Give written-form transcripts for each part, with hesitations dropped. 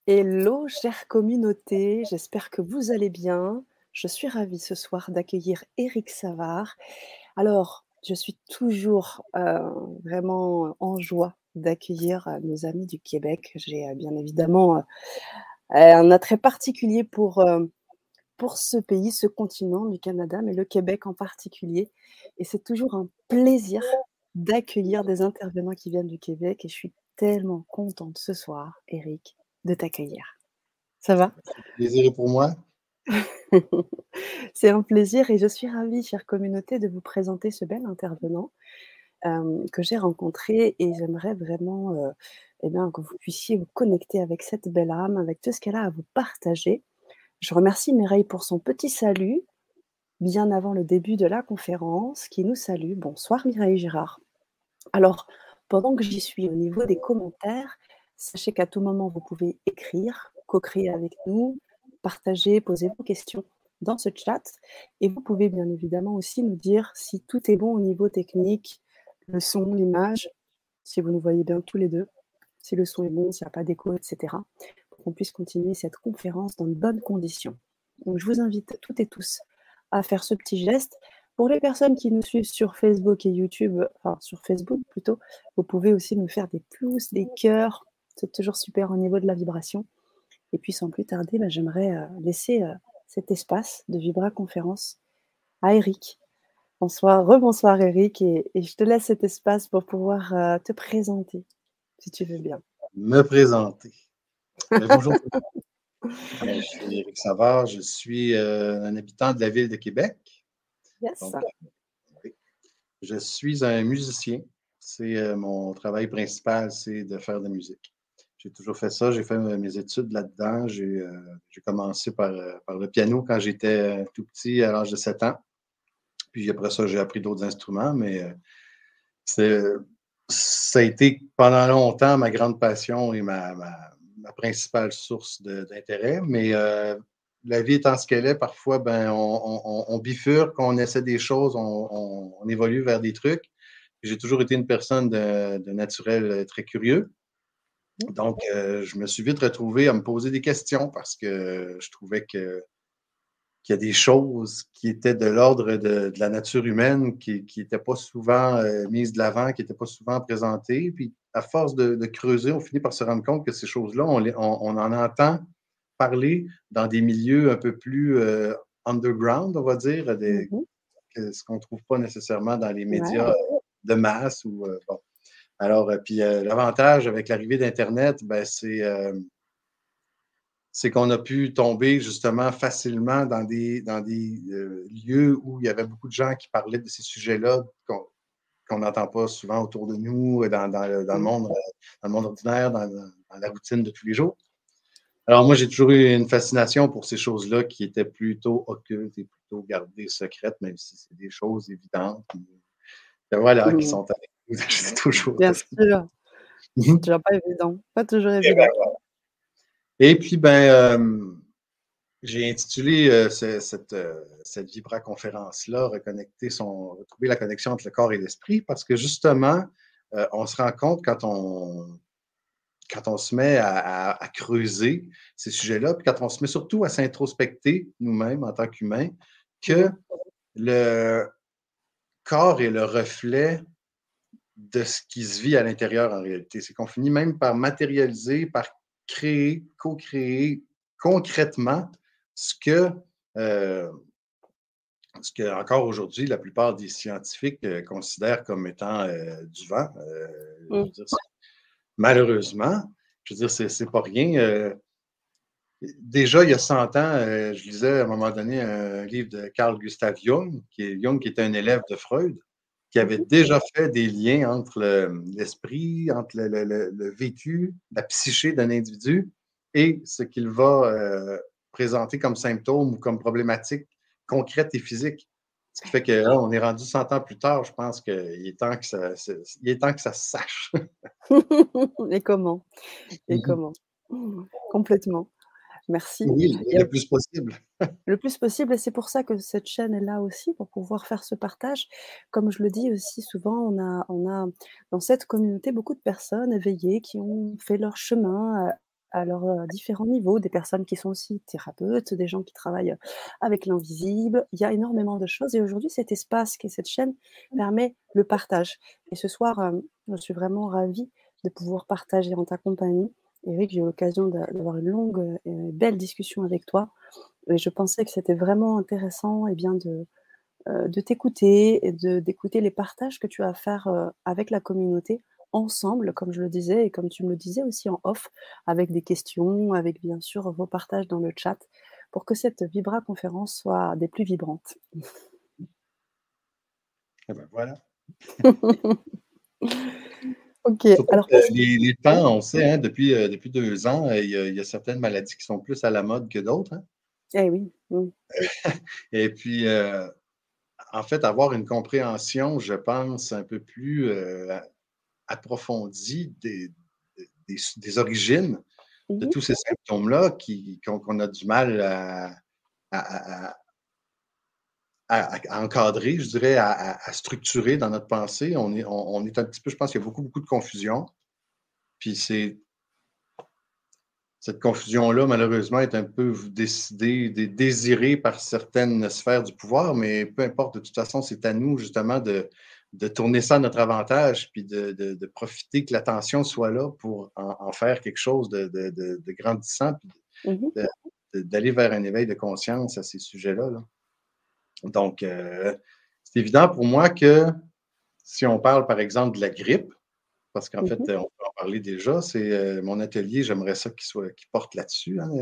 Hello, chère communauté, j'espère que vous allez bien. Je suis ravie ce soir d'accueillir Éric Savard. Alors, je suis toujours vraiment en joie d'accueillir nos amis du Québec. J'ai bien évidemment un attrait particulier pour ce pays, ce continent du Canada, mais le Québec en particulier. Et c'est toujours un plaisir d'accueillir des intervenants qui viennent du Québec. Et je suis tellement contente ce soir, Éric, de t'accueillir. Ça va? Plaisir est pour moi. C'est un plaisir et je suis ravie, chère communauté, de vous présenter ce bel intervenant que j'ai rencontré et j'aimerais vraiment eh bien, que vous puissiez vous connecter avec cette belle âme, avec tout ce qu'elle a à vous partager. Je remercie Mireille pour son petit salut, bien avant le début de la conférence, qui nous salue. Bonsoir Mireille Girard. Alors, pendant que j'y suis au niveau des commentaires, sachez qu'à tout moment, vous pouvez écrire, co-créer avec nous, partager, poser vos questions dans ce chat. Et vous pouvez bien évidemment aussi nous dire si tout est bon au niveau technique, le son, l'image, si vous nous voyez bien tous les deux, si le son est bon, s'il n'y a pas d'écho, etc. Pour qu'on puisse continuer cette conférence dans de bonnes conditions. Donc, je vous invite toutes et tous à faire ce petit geste. Pour les personnes qui nous suivent sur Facebook et YouTube, enfin sur Facebook plutôt, vous pouvez aussi nous faire des pouces, des cœurs. C'est toujours super au niveau de la vibration. Et puis sans plus tarder, j'aimerais laisser cet espace de Vibra Conférence à Eric. Bonsoir, rebonsoir Eric, et je te laisse cet espace pour pouvoir te présenter, si tu veux bien. Me présenter. Bonjour tout le monde. Je suis Éric Savard, je suis un habitant de la ville de Québec. Yes. Donc, oui. Je suis un musicien. C'est mon travail principal, c'est de faire de la musique. J'ai toujours fait ça, j'ai fait mes études là-dedans. J'ai commencé par le piano quand j'étais tout petit, à l'âge de 7 ans. Puis après ça, j'ai appris d'autres instruments, mais c'est ça a été pendant longtemps ma grande passion et ma principale source d'intérêt. Mais la vie étant ce qu'elle est, parfois, on bifurque, on essaie des choses, on évolue vers des trucs. J'ai toujours été une personne de naturel très curieux. Donc, je me suis vite retrouvé à me poser des questions parce que je trouvais qu'il y a des choses qui étaient de l'ordre de la nature humaine qui n'étaient pas souvent mises de l'avant, qui n'étaient pas souvent présentées. Puis, à force de creuser, on finit par se rendre compte que ces choses-là, on en entend parler dans des milieux un peu plus underground, on va dire, ce qu'on ne trouve pas nécessairement dans les médias Ouais. de masse. Bon. Alors, puis l'avantage avec l'arrivée d'Internet, c'est qu'on a pu tomber justement facilement dans des lieux où il y avait beaucoup de gens qui parlaient de ces sujets-là qu'on n'entend pas souvent autour de nous, dans le monde ordinaire, dans la routine de tous les jours. Alors moi, j'ai toujours eu une fascination pour ces choses-là qui étaient plutôt occultes et plutôt gardées secrètes, même si c'est des choses évidentes. Voilà, qui sont avec nous. C'est toujours. Bien sûr, c'est Mhm. toujours pas évident, pas toujours évident. Et puis, j'ai intitulé cette Vibra-conférence-là, retrouver la connexion entre le corps et l'esprit, parce que justement, on se rend compte quand on se met à creuser ces sujets-là, puis quand on se met surtout à s'introspecter nous-mêmes en tant qu'humains, que le corps est le reflet de ce qui se vit à l'intérieur en réalité. C'est qu'on finit même par matérialiser, par créer, co-créer concrètement ce que euh, encore aujourd'hui, la plupart des scientifiques considèrent comme étant du vent. Je veux dire, malheureusement, je veux dire, c'est pas rien. Déjà, il y a 100 ans, je lisais à un moment donné un livre de Carl Gustav Jung, Jung qui était un élève de Freud, qui avait déjà fait des liens entre l'esprit, entre le vécu, la psyché d'un individu et ce qu'il va présenter comme symptômes ou comme problématiques concrètes et physiques. Ce qui fait que là, on est rendu 100 ans plus tard, je pense qu'il est temps que il est temps que ça se sache. Et comment? Et comment? Complètement. Merci. Oui, Et le plus possible. le plus possible, et c'est pour ça que cette chaîne est là aussi, pour pouvoir faire ce partage. Comme je le dis aussi souvent, on a dans cette communauté beaucoup de personnes éveillées qui ont fait leur chemin, à leurs, différents niveaux, des personnes qui sont aussi thérapeutes, des gens qui travaillent, avec l'invisible. Il y a énormément de choses et aujourd'hui cet espace qui est cette chaîne permet le partage et ce soir, je suis vraiment ravie de pouvoir partager en ta compagnie. Eric, j'ai eu l'occasion d'avoir une longue, et belle discussion avec toi et je pensais que c'était vraiment intéressant et bien de t'écouter et d'écouter les partages que tu as à faire, avec la communauté, ensemble, comme je le disais et comme tu me le disais aussi en off, avec des questions, avec bien sûr vos partages dans le chat, pour que cette Vibra conférence soit des plus vibrantes. Et ben voilà. OK, Surtout alors que qu'est-ce les oui? temps, on sait, hein, depuis 2 ans, il y a certaines maladies qui sont plus à la mode que d'autres, hein. Eh oui, mmh. Et puis, en fait, avoir une compréhension, je pense, un peu plus, approfondie des origines de Mmh mh. tous ces symptômes-là qu'on a du mal à à à encadrer, je dirais, à structurer dans notre pensée. On est un petit peu, je pense qu'il y a beaucoup, beaucoup de confusion. Puis cette confusion-là, malheureusement, est un peu décidée, désirée par certaines sphères du pouvoir, mais peu importe, de toute façon, c'est à nous, justement, de tourner ça à notre avantage, puis de profiter que l'attention soit là pour en faire quelque chose de grandissant, puis Mmh. de- d'aller vers un éveil de conscience à ces sujets-là, là. Donc, c'est évident pour moi que si on parle, par exemple, de la grippe, parce qu'en fait, Mmh. on peut en parler déjà, c'est mon atelier, j'aimerais ça qu'il porte là-dessus, hein,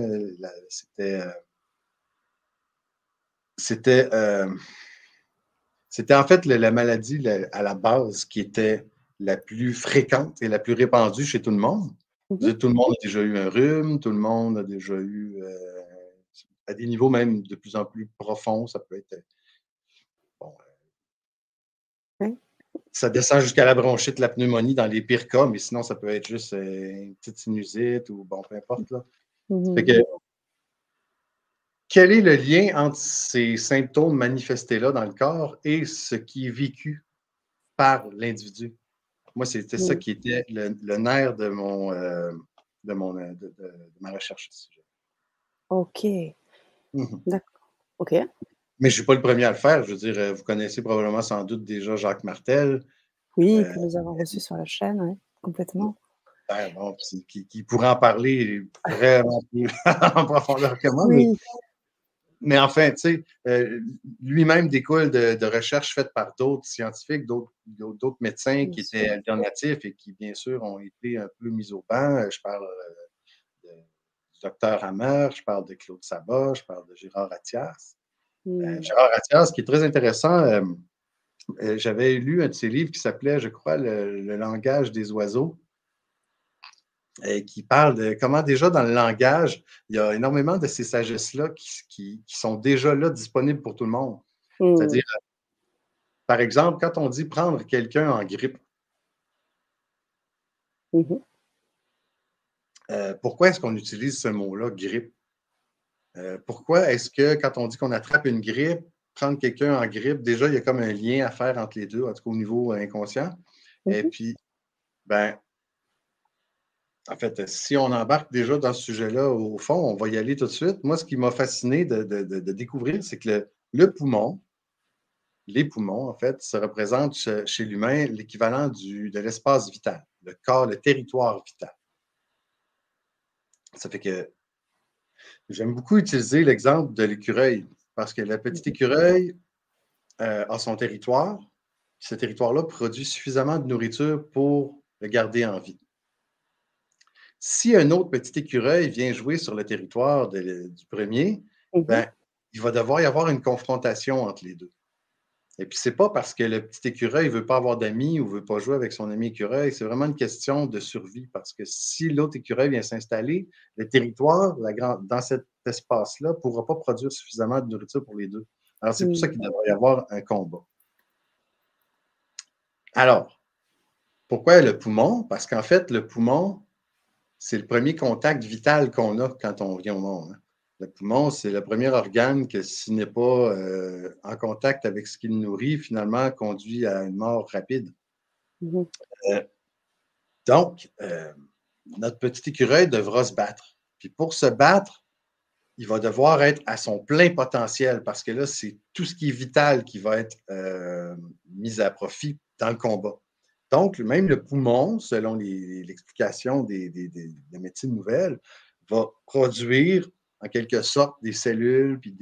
c'était, c'était en fait la maladie à la base qui était la plus fréquente et la plus répandue chez tout le monde. Mmh. Tout le monde a déjà eu un rhume, tout le monde a déjà eu, à des niveaux même de plus en plus profonds, ça peut être, bon, Oui. ça descend jusqu'à la bronchite, la pneumonie dans les pires cas, mais sinon, ça peut être juste une petite sinusite ou bon, peu importe, là. Ça fait Mmh. que, quel est le lien entre ces symptômes manifestés-là dans le corps et ce qui est vécu par l'individu? Moi, c'était ça Mmh. qui était le nerf de ma recherche à ce sujet. OK, Mhm. d'accord. OK. Mais je ne suis pas le premier à le faire. Je veux dire, vous connaissez probablement sans doute déjà Jacques Martel. Oui, euh, pour nous avoir reçus sur la chaîne, ouais, complètement. bon, qui pourrait en parler vraiment plus en profondeur que moi, Oui. mais enfin, tu sais, lui-même découle de recherches faites par d'autres scientifiques, d'autres médecins Bien qui sûr. étaient alternatifs et qui, bien sûr, ont été un peu mis au banc. Je parle du docteur Hammer, je parle de Claude Sabat, je parle de Gérard Attias. Mmh. Gérard Attias, qui est très intéressant, j'avais lu un de ses livres qui s'appelait, je crois, Le langage des oiseaux, qui parle de comment déjà dans le langage, il y a énormément de ces sagesses-là qui sont déjà là disponibles pour tout le monde. Mmh. C'est-à-dire, par exemple, quand on dit prendre quelqu'un en grippe, Mmh mh. pourquoi est-ce qu'on utilise ce mot-là, grippe? Pourquoi est-ce que quand on dit qu'on attrape une grippe, prendre quelqu'un en grippe, déjà, il y a comme un lien à faire entre les deux, en tout cas au niveau inconscient. Mmh Et mh. puis, ben, en fait, si on embarque déjà dans ce sujet-là, au fond, on va y aller tout de suite. Moi, ce qui m'a fasciné de découvrir, c'est que le poumon, les poumons, en fait, se représentent chez l'humain l'équivalent de l'espace vital, le corps, le territoire vital. Ça fait que j'aime beaucoup utiliser l'exemple de l'écureuil, parce que la petite Mmh. écureuil a son territoire. Ce territoire-là produit suffisamment de nourriture pour le garder en vie. Si un autre petit écureuil vient jouer sur le territoire du premier, Mmh mh. ben, il va devoir y avoir une confrontation entre les deux. Et puis, c'est pas parce que le petit écureuil ne veut pas avoir d'amis ou ne veut pas jouer avec son ami écureuil, c'est vraiment une question de survie. Parce que si l'autre écureuil vient s'installer, le territoire dans cet espace-là ne pourra pas produire suffisamment de nourriture pour les deux. Alors, c'est pour ça Mmh. qu'il devrait y avoir un combat. Alors, pourquoi le poumon? Parce qu'en fait, le poumon, c'est le premier contact vital qu'on a quand on vient au monde, hein. Le poumon, c'est le premier organe que s'il n'est pas en contact avec ce qu'il nourrit, finalement, conduit à une mort rapide. Mmh mh. Euh, donc, notre petit écureuil devra se battre. Puis pour se battre, il va devoir être à son plein potentiel parce que là, c'est tout ce qui est vital qui va être mis à profit dans le combat. Donc, même le poumon, selon l'explication des médecines nouvelles, va produire en quelque sorte des cellules, puis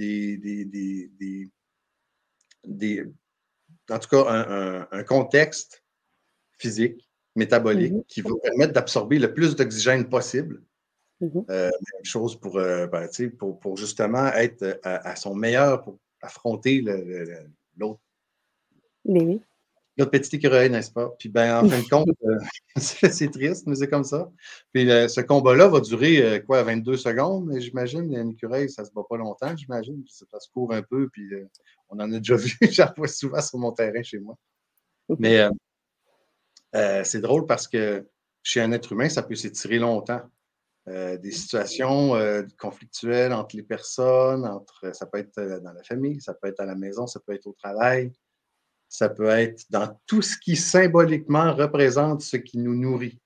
en tout cas, un contexte physique, métabolique, Mmh. qui va permettre d'absorber le plus d'oxygène possible. Mmh. Même chose pour justement être à son meilleur pour affronter l'autre Mais oui. Notre petit écureuil, n'est-ce pas? Puis ben, en fin de compte, c'est triste, mais c'est comme ça. Puis ce combat-là va durer quoi, 22 secondes, mais j'imagine. Un écureuil, ça se bat pas longtemps, j'imagine. Puis ça se court un peu, puis on en a déjà vu, j'en vois souvent sur mon terrain chez moi. Mais c'est drôle parce que chez un être humain, ça peut s'étirer longtemps. Des situations conflictuelles entre les personnes, ça peut être dans la famille, ça peut être à la maison, ça peut être au travail. Ça peut être dans tout ce qui symboliquement représente ce qui nous nourrit.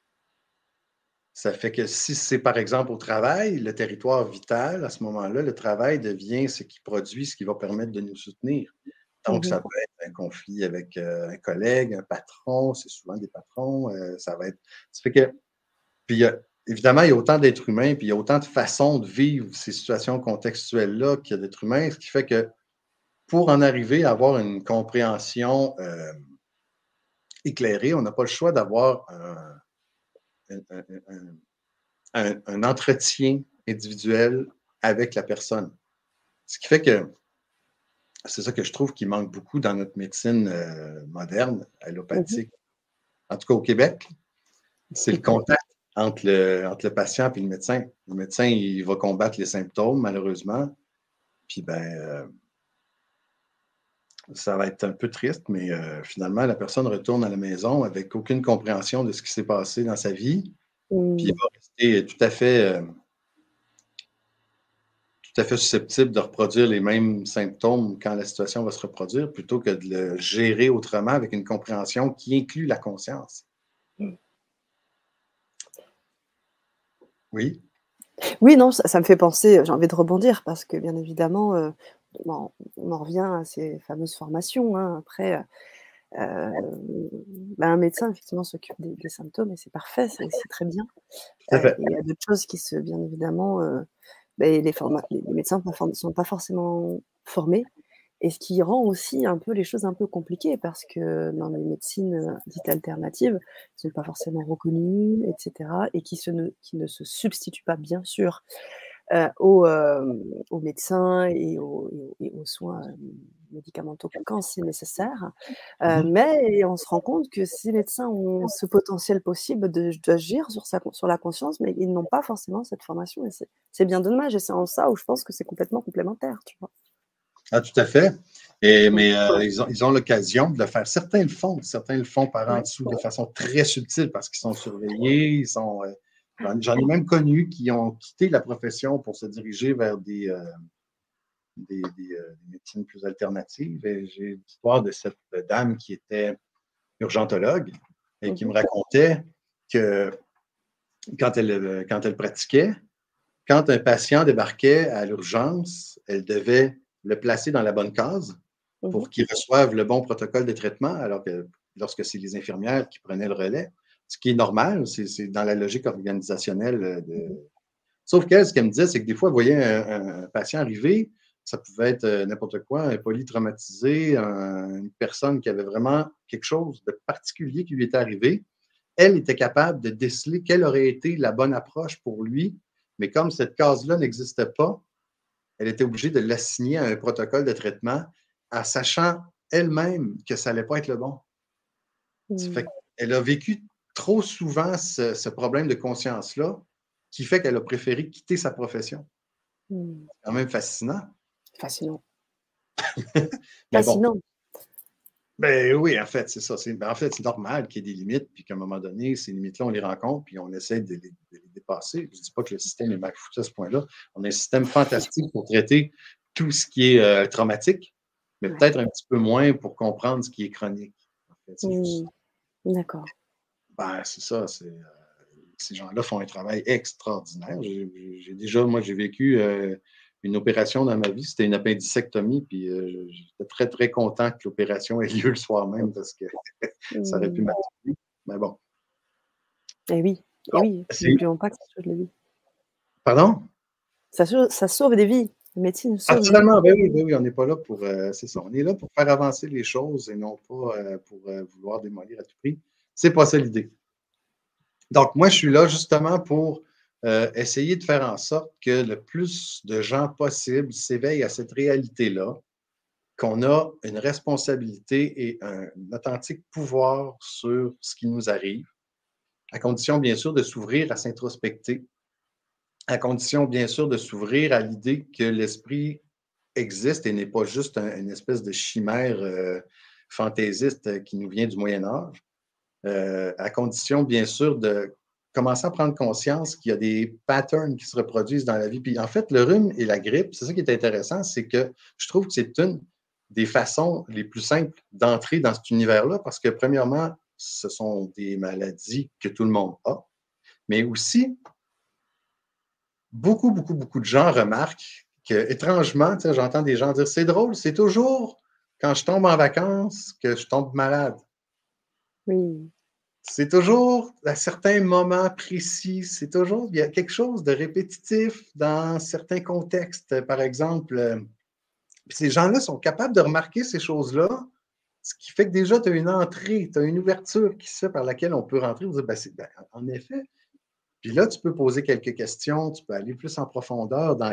Ça fait que si c'est par exemple au travail, le territoire vital, à ce moment-là, le travail devient ce qui produit, ce qui va permettre de nous soutenir. Donc, ça Mmh. peut être un conflit avec un collègue, un patron, c'est souvent des patrons, ça va être. Ça fait que, puis évidemment, il y a autant d'êtres humains, puis il y a autant de façons de vivre ces situations contextuelles-là qu'il y a d'êtres humains, ce qui fait que pour en arriver à avoir une compréhension éclairée, on n'a pas le choix d'avoir un entretien individuel avec la personne. Ce qui fait que c'est ça que je trouve qui manque beaucoup dans notre médecine moderne, Mmh. allopathique, en tout cas au Québec, c'est le contact entre le patient et le médecin. Le médecin, il va combattre les symptômes, malheureusement. Puis, ça va être un peu triste, mais finalement, la personne retourne à la maison avec aucune compréhension de ce qui s'est passé dans sa vie. Puis il Mmh. va rester tout à fait susceptible de reproduire les mêmes symptômes quand la situation va se reproduire, plutôt que de le gérer autrement avec une compréhension qui inclut la conscience. Oui, Oui, non, ça me fait penser, j'ai envie de rebondir parce que bien évidemment, on en revient à ces fameuses formations, hein. Après, un médecin effectivement s'occupe des symptômes et c'est parfait, c'est très bien. tout à Et fait. il y a d'autres choses qui se bien évidemment, les médecins sont pas forcément formés et ce qui rend aussi un peu les choses un peu compliquées parce que dans les médecines, dites alternatives, elles sont pas forcément reconnues et cetera et qui ne se substituent pas bien sûr, aux médecins et aux soins, médicamenteux quand c'est nécessaire. Mhm. Mais on se rend compte que ces médecins ont ce potentiel possible d'agir sur la conscience, mais ils n'ont pas forcément cette formation et c'est bien dommage et c'est en ça où je pense que c'est complètement complémentaire, tu vois? Ah, tout à fait. Et, Mmh. mais ils ont l'occasion de le faire. Certains le font par en Ouais. dessous de façon très subtile parce qu'ils sont surveillés. J'en ai même connu qui ont quitté la profession pour se diriger vers des médecines plus alternatives. Et j'ai l'histoire de cette dame qui était urgentologue et qui Mmh. me racontait que quand elle pratiquait, quand un patient débarquait à l'urgence, elle devait le placer dans la bonne case Mmh. pour qu'il reçoive le bon protocole de traitement, alors que lorsque c'est les infirmières qui prenaient le relais, ce qui est normal, c'est dans la logique organisationnelle Mmh. Sauf qu'elle, ce qu'elle me disait, c'est que des fois, elle voyait un patient arriver, ça pouvait être n'importe quoi, un polytraumatisé, une personne qui avait vraiment quelque chose de particulier qui lui était arrivé. Elle était capable de déceler quelle aurait été la bonne approche pour lui, mais comme cette case-là n'existait pas, elle était obligée de l'assigner à un protocole de traitement, en sachant elle-même que ça n'allait pas être le bon. Ça fait Mmh. qu'elle a vécu trop souvent ce problème de conscience-là, qui fait qu'elle a préféré quitter sa profession. Mmh. C'est quand même fascinant. Fascinant, Mais bon, fascinant. ben oui, en fait, c'est ça. En fait, c'est normal qu'il y ait des limites, puis qu'à un moment donné, ces limites-là, on les rencontre, puis on essaie de les dépasser. Je ne dis pas que le système est mal foutu à ce point-là. On a un système fantastique pour traiter tout ce qui est traumatique, mais Ouais. peut-être un petit peu moins pour comprendre ce qui est chronique. En fait, c'est juste Mmh. ça. D'accord. Ben, c'est ça. ces gens-là font un travail extraordinaire. Moi, j'ai vécu une opération dans ma vie, c'était une appendicectomie, puis j'étais très, très content que l'opération ait lieu le soir même parce que ça aurait pu Mmh. m'arriver. Mais bon. Et oui, et Donc, oui, n'oublions pas que ça sauve des vies. Pardon? Ça sauve des vies. La médecine sauve des vies. Naturellement, ben oui, on n'est pas là pour. C'est ça. On est là pour faire avancer les choses et non pas pour vouloir démolir à tout prix. C'est pas ça l'idée. Donc, moi, je suis là justement pour essayer de faire en sorte que le plus de gens possible s'éveillent à cette réalité-là, qu'on a une responsabilité et un authentique pouvoir sur ce qui nous arrive, à condition, bien sûr, de s'ouvrir à s'introspecter, à condition, bien sûr, de s'ouvrir à l'idée que l'esprit existe et n'est pas juste une espèce de chimère fantaisiste qui nous vient du Moyen Âge, à condition, bien sûr, de commencer à prendre conscience qu'il y a des patterns qui se reproduisent dans la vie. Puis en fait, le rhume et la grippe, c'est ça qui est intéressant, c'est que je trouve que c'est une des façons les plus simples d'entrer dans cet univers-là parce que, premièrement, ce sont des maladies que tout le monde a, mais aussi, beaucoup, beaucoup, beaucoup de gens remarquent que, étrangement, j'entends des gens dire c'est drôle, c'est toujours quand je tombe en vacances que je tombe malade. Oui. C'est toujours à certains moments précis, il y a quelque chose de répétitif dans certains contextes. Par exemple, ces gens-là sont capables de remarquer ces choses-là, ce qui fait que déjà, tu as une entrée, tu as une ouverture qui se fait par laquelle on peut rentrer. Vous dire, en effet. Puis là, tu peux poser quelques questions, tu peux aller plus en profondeur dans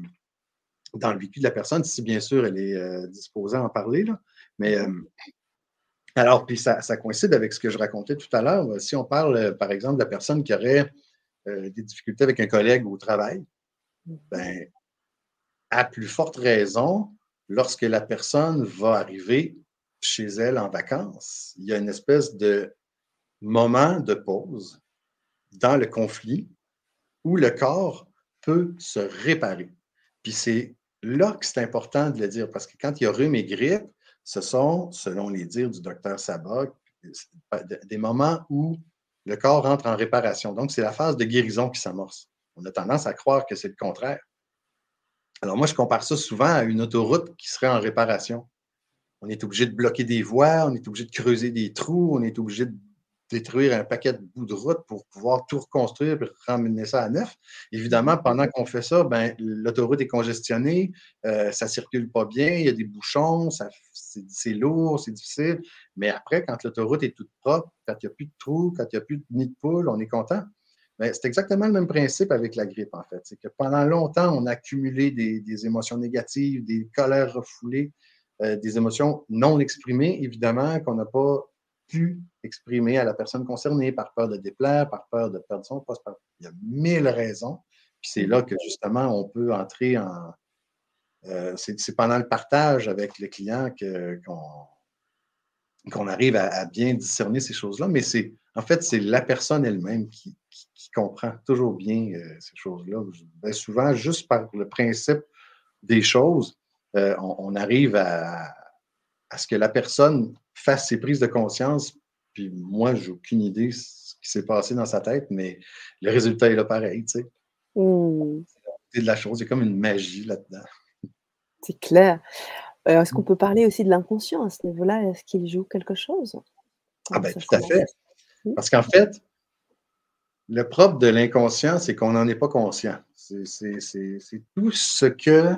le vécu de la personne, si bien sûr elle est disposée à en parler. Là. Mais alors, puis ça coïncide avec ce que je racontais tout à l'heure. Si on parle, par exemple, de la personne qui aurait des difficultés avec un collègue au travail, Mmh. ben, à plus forte raison, lorsque la personne va arriver chez elle en vacances, il y a une espèce de moment de pause dans le conflit où le corps peut se réparer. Puis c'est là que c'est important de le dire, parce que quand il y a rhume et grippe, ce sont, selon les dires du docteur Sabat, des moments où le corps entre en réparation. Donc, c'est la phase de guérison qui s'amorce. On a tendance à croire que c'est le contraire. Alors moi, je compare ça souvent à une autoroute qui serait en réparation. On est obligé de bloquer des voies, on est obligé de creuser des trous, on est obligé de détruire un paquet de bouts de route pour pouvoir tout reconstruire et ramener ça à neuf. Évidemment, pendant qu'on fait ça, ben, l'autoroute est congestionnée, ça ne circule pas bien, il y a des bouchons, c'est lourd, c'est difficile. Mais après, quand l'autoroute est toute propre, quand il n'y a plus de trous, quand il n'y a plus de nid de poule, on est content. Mais c'est exactement le même principe avec la grippe, en fait. C'est que pendant longtemps, on a accumulé des émotions négatives, des colères refoulées, des émotions non exprimées, évidemment, qu'on n'a pas pu exprimer à la personne concernée par peur de déplaire, par peur de perdre son poste. Il y a 1000 raisons. Puis c'est là que, justement, on peut entrer en... c'est pendant le partage avec le client qu'on arrive à bien discerner ces choses-là, mais en fait, c'est la personne elle-même qui comprend toujours bien ces choses-là. Bien souvent, juste par le principe des choses, on arrive à ce que la personne fasse ses prises de conscience. Puis moi, j'ai aucune idée de ce qui s'est passé dans sa tête, mais le résultat est là pareil, tu sais. Mmh. C'est de la chose, il y a comme une magie là-dedans. C'est clair. Est-ce qu'on peut parler aussi de l'inconscient à ce niveau-là? Est-ce qu'il joue quelque chose? Ah Comment ben ça se tout à fait. manifeste? Mmh. Parce qu'en fait, le propre de l'inconscient, c'est qu'on n'en est pas conscient. C'est tout ce que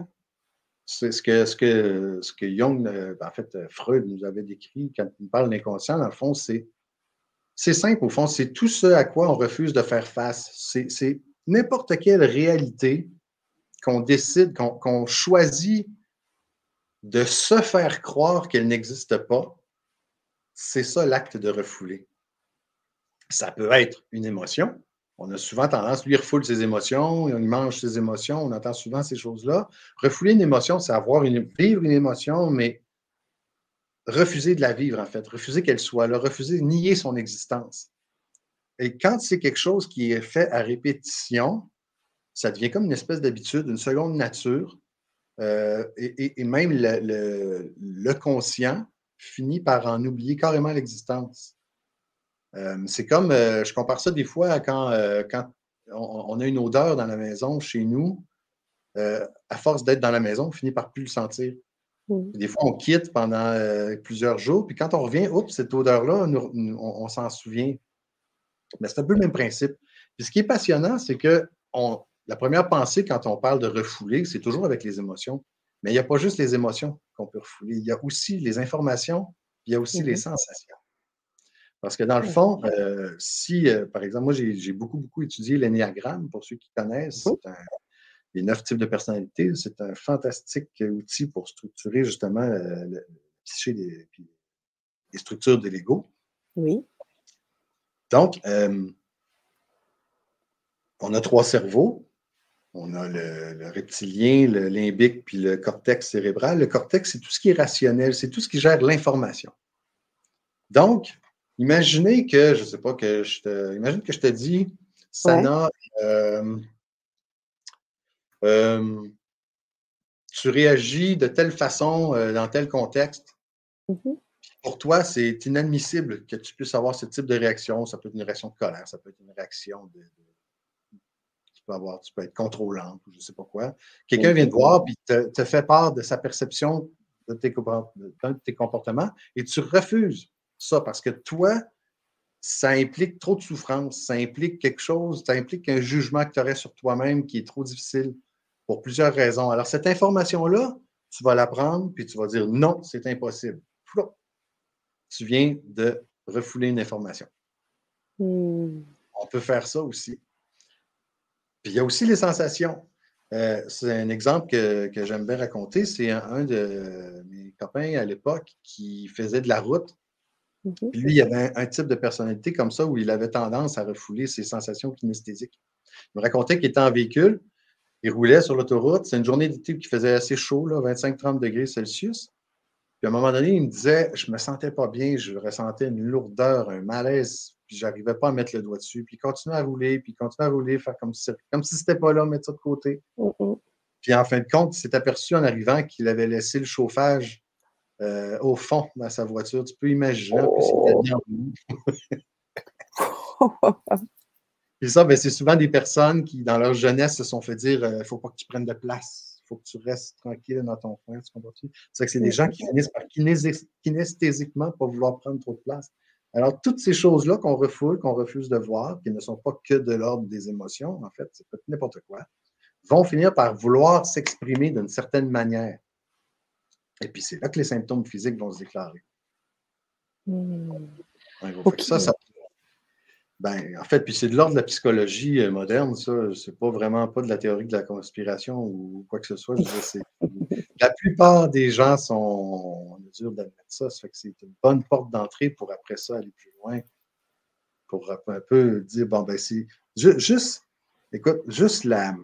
ce que Jung, en fait, Freud nous avait décrit quand il parle d'inconscient, dans le fond, c'est simple, au fond, c'est tout ce à quoi on refuse de faire face. C'est n'importe quelle réalité qu'on décide, qu'on choisit de se faire croire qu'elle n'existe pas. C'est ça l'acte de refouler. Ça peut être une émotion. On a souvent tendance, lui, il refoule ses émotions, il mange ses émotions, on entend souvent ces choses-là. Refouler une émotion, c'est vivre une émotion, mais refuser de la vivre, en fait, refuser qu'elle soit là, refuser, nier son existence. Et quand c'est quelque chose qui est fait à répétition, ça devient comme une espèce d'habitude, une seconde nature, et même le conscient finit par en oublier carrément l'existence. C'est comme, je compare ça des fois à quand on a une odeur dans la maison, chez nous, à force d'être dans la maison, on finit par plus le sentir. Mmh. Des fois, on quitte pendant plusieurs jours, puis quand on revient, oups, cette odeur-là, on s'en souvient. Mais c'est un peu le même principe. Puis ce qui est passionnant, c'est que la première pensée quand on parle de refouler, c'est toujours avec les émotions. Mais il n'y a pas juste les émotions qu'on peut refouler. Il y a aussi les informations, puis il y a aussi les Mmh. sensations. Parce que dans le Ouais. fond, si, par exemple, moi, j'ai beaucoup, beaucoup étudié l'énéagramme, pour ceux qui connaissent, Mmh. les 9 types de personnalités, c'est un fantastique outil pour structurer justement le psyché puis les structures de l'ego. Oui. Donc, on a 3 cerveaux. On a le reptilien, le limbique, puis le cortex cérébral. Le cortex, c'est tout ce qui est rationnel, c'est tout ce qui gère l'information. Donc, imaginez que, je ne sais pas, imagine que je te dis, Ouais. Sana, euh, tu réagis de telle façon dans tel contexte. Mmh. Pour toi, c'est inadmissible que tu puisses avoir ce type de réaction. Ça peut être une réaction de colère, ça peut être une réaction tu peux être contrôlante ou je ne sais pas quoi. Quelqu'un vient Mmh. te voir et te fait part de sa perception d'un de tes comportements et tu refuses ça parce que toi, ça implique trop de souffrance, ça implique quelque chose, ça implique un jugement que tu aurais sur toi-même qui est trop difficile pour plusieurs raisons. Alors, cette information-là, tu vas la prendre puis tu vas dire non, c'est impossible. Flou. Tu viens de refouler une information. Mmh. On peut faire ça aussi. Puis il y a aussi les sensations. C'est un exemple que j'aime bien raconter. C'est un de mes copains à l'époque qui faisait de la route. Mmh. Puis lui, il avait un type de personnalité comme ça où il avait tendance à refouler ses sensations kinesthésiques. Il me racontait qu'il était en véhicule, il roulait sur l'autoroute. C'est une journée d'été qui faisait assez chaud, 25-30 degrés Celsius. Puis à un moment donné, il me disait, je me sentais pas bien, je ressentais une lourdeur, un malaise, puis j'arrivais pas à mettre le doigt dessus. Puis il continuait à rouler, puis il continuait à rouler, faire comme si c'était pas là, mettre ça de côté. Mmh mh. Puis en fin de compte, il s'est aperçu en arrivant qu'il avait laissé le chauffage au fond dans sa voiture. Tu peux imaginer, en plus, il était Oh! bien rouillé. Puis ça, ben, c'est souvent des personnes qui, dans leur jeunesse, se sont fait dire il ne faut pas que tu prennes de place, il faut que tu restes tranquille dans ton coin. Tu comprends-tu? C'est que c'est des Mmh gens qui mh. finissent par kinesthésiquement pas vouloir prendre trop de place. Alors, toutes ces choses-là qu'on refoule, qu'on refuse de voir, qui ne sont pas que de l'ordre des émotions, en fait, c'est peut être n'importe quoi, vont finir par vouloir s'exprimer d'une certaine manière. Et puis, c'est là que les symptômes physiques vont se déclarer. Mmh. Ouais, fait que OK. ça, ben, en fait, puis c'est de l'ordre de la psychologie moderne, ça. C'est pas vraiment pas de la théorie de la conspiration ou quoi que ce soit. Je veux dire, la plupart des gens sont en mesure d'admettre ça. Ça fait que c'est une bonne porte d'entrée pour après ça aller plus loin, pour un peu dire, bon, ben, c'est juste, écoute, juste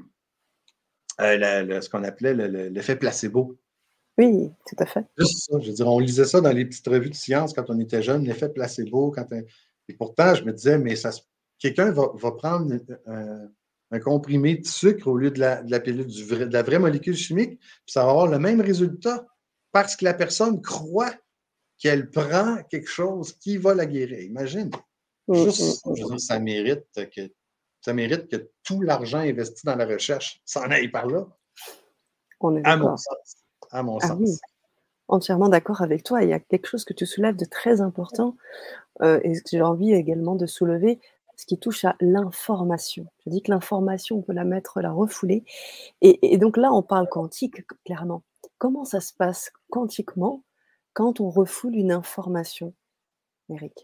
ce qu'on appelait l'effet placebo. Oui, tout à fait. Juste ça. Je veux dire, on lisait ça dans les petites revues de science quand on était jeune, l'effet placebo. Et pourtant, je me disais, mais quelqu'un va prendre un comprimé de sucre au lieu de la pilule, de la vraie molécule chimique, puis ça va avoir le même résultat parce que la personne croit qu'elle prend quelque chose qui va la guérir. Imagine. Mmh mh, Juste, je veux mmh. dire, ça mérite que tout l'argent investi dans la recherche s'en aille par là, On est à mon d'accord. sens. À mon Ah oui, sens. entièrement d'accord avec toi. Il y a quelque chose que tu soulèves de très important, et ce que j'ai envie également de soulever, ce qui touche à l'information. Je dis que l'information, on peut la refouler et donc là, on parle quantique, clairement. Comment ça se passe quantiquement quand on refoule une information, Eric?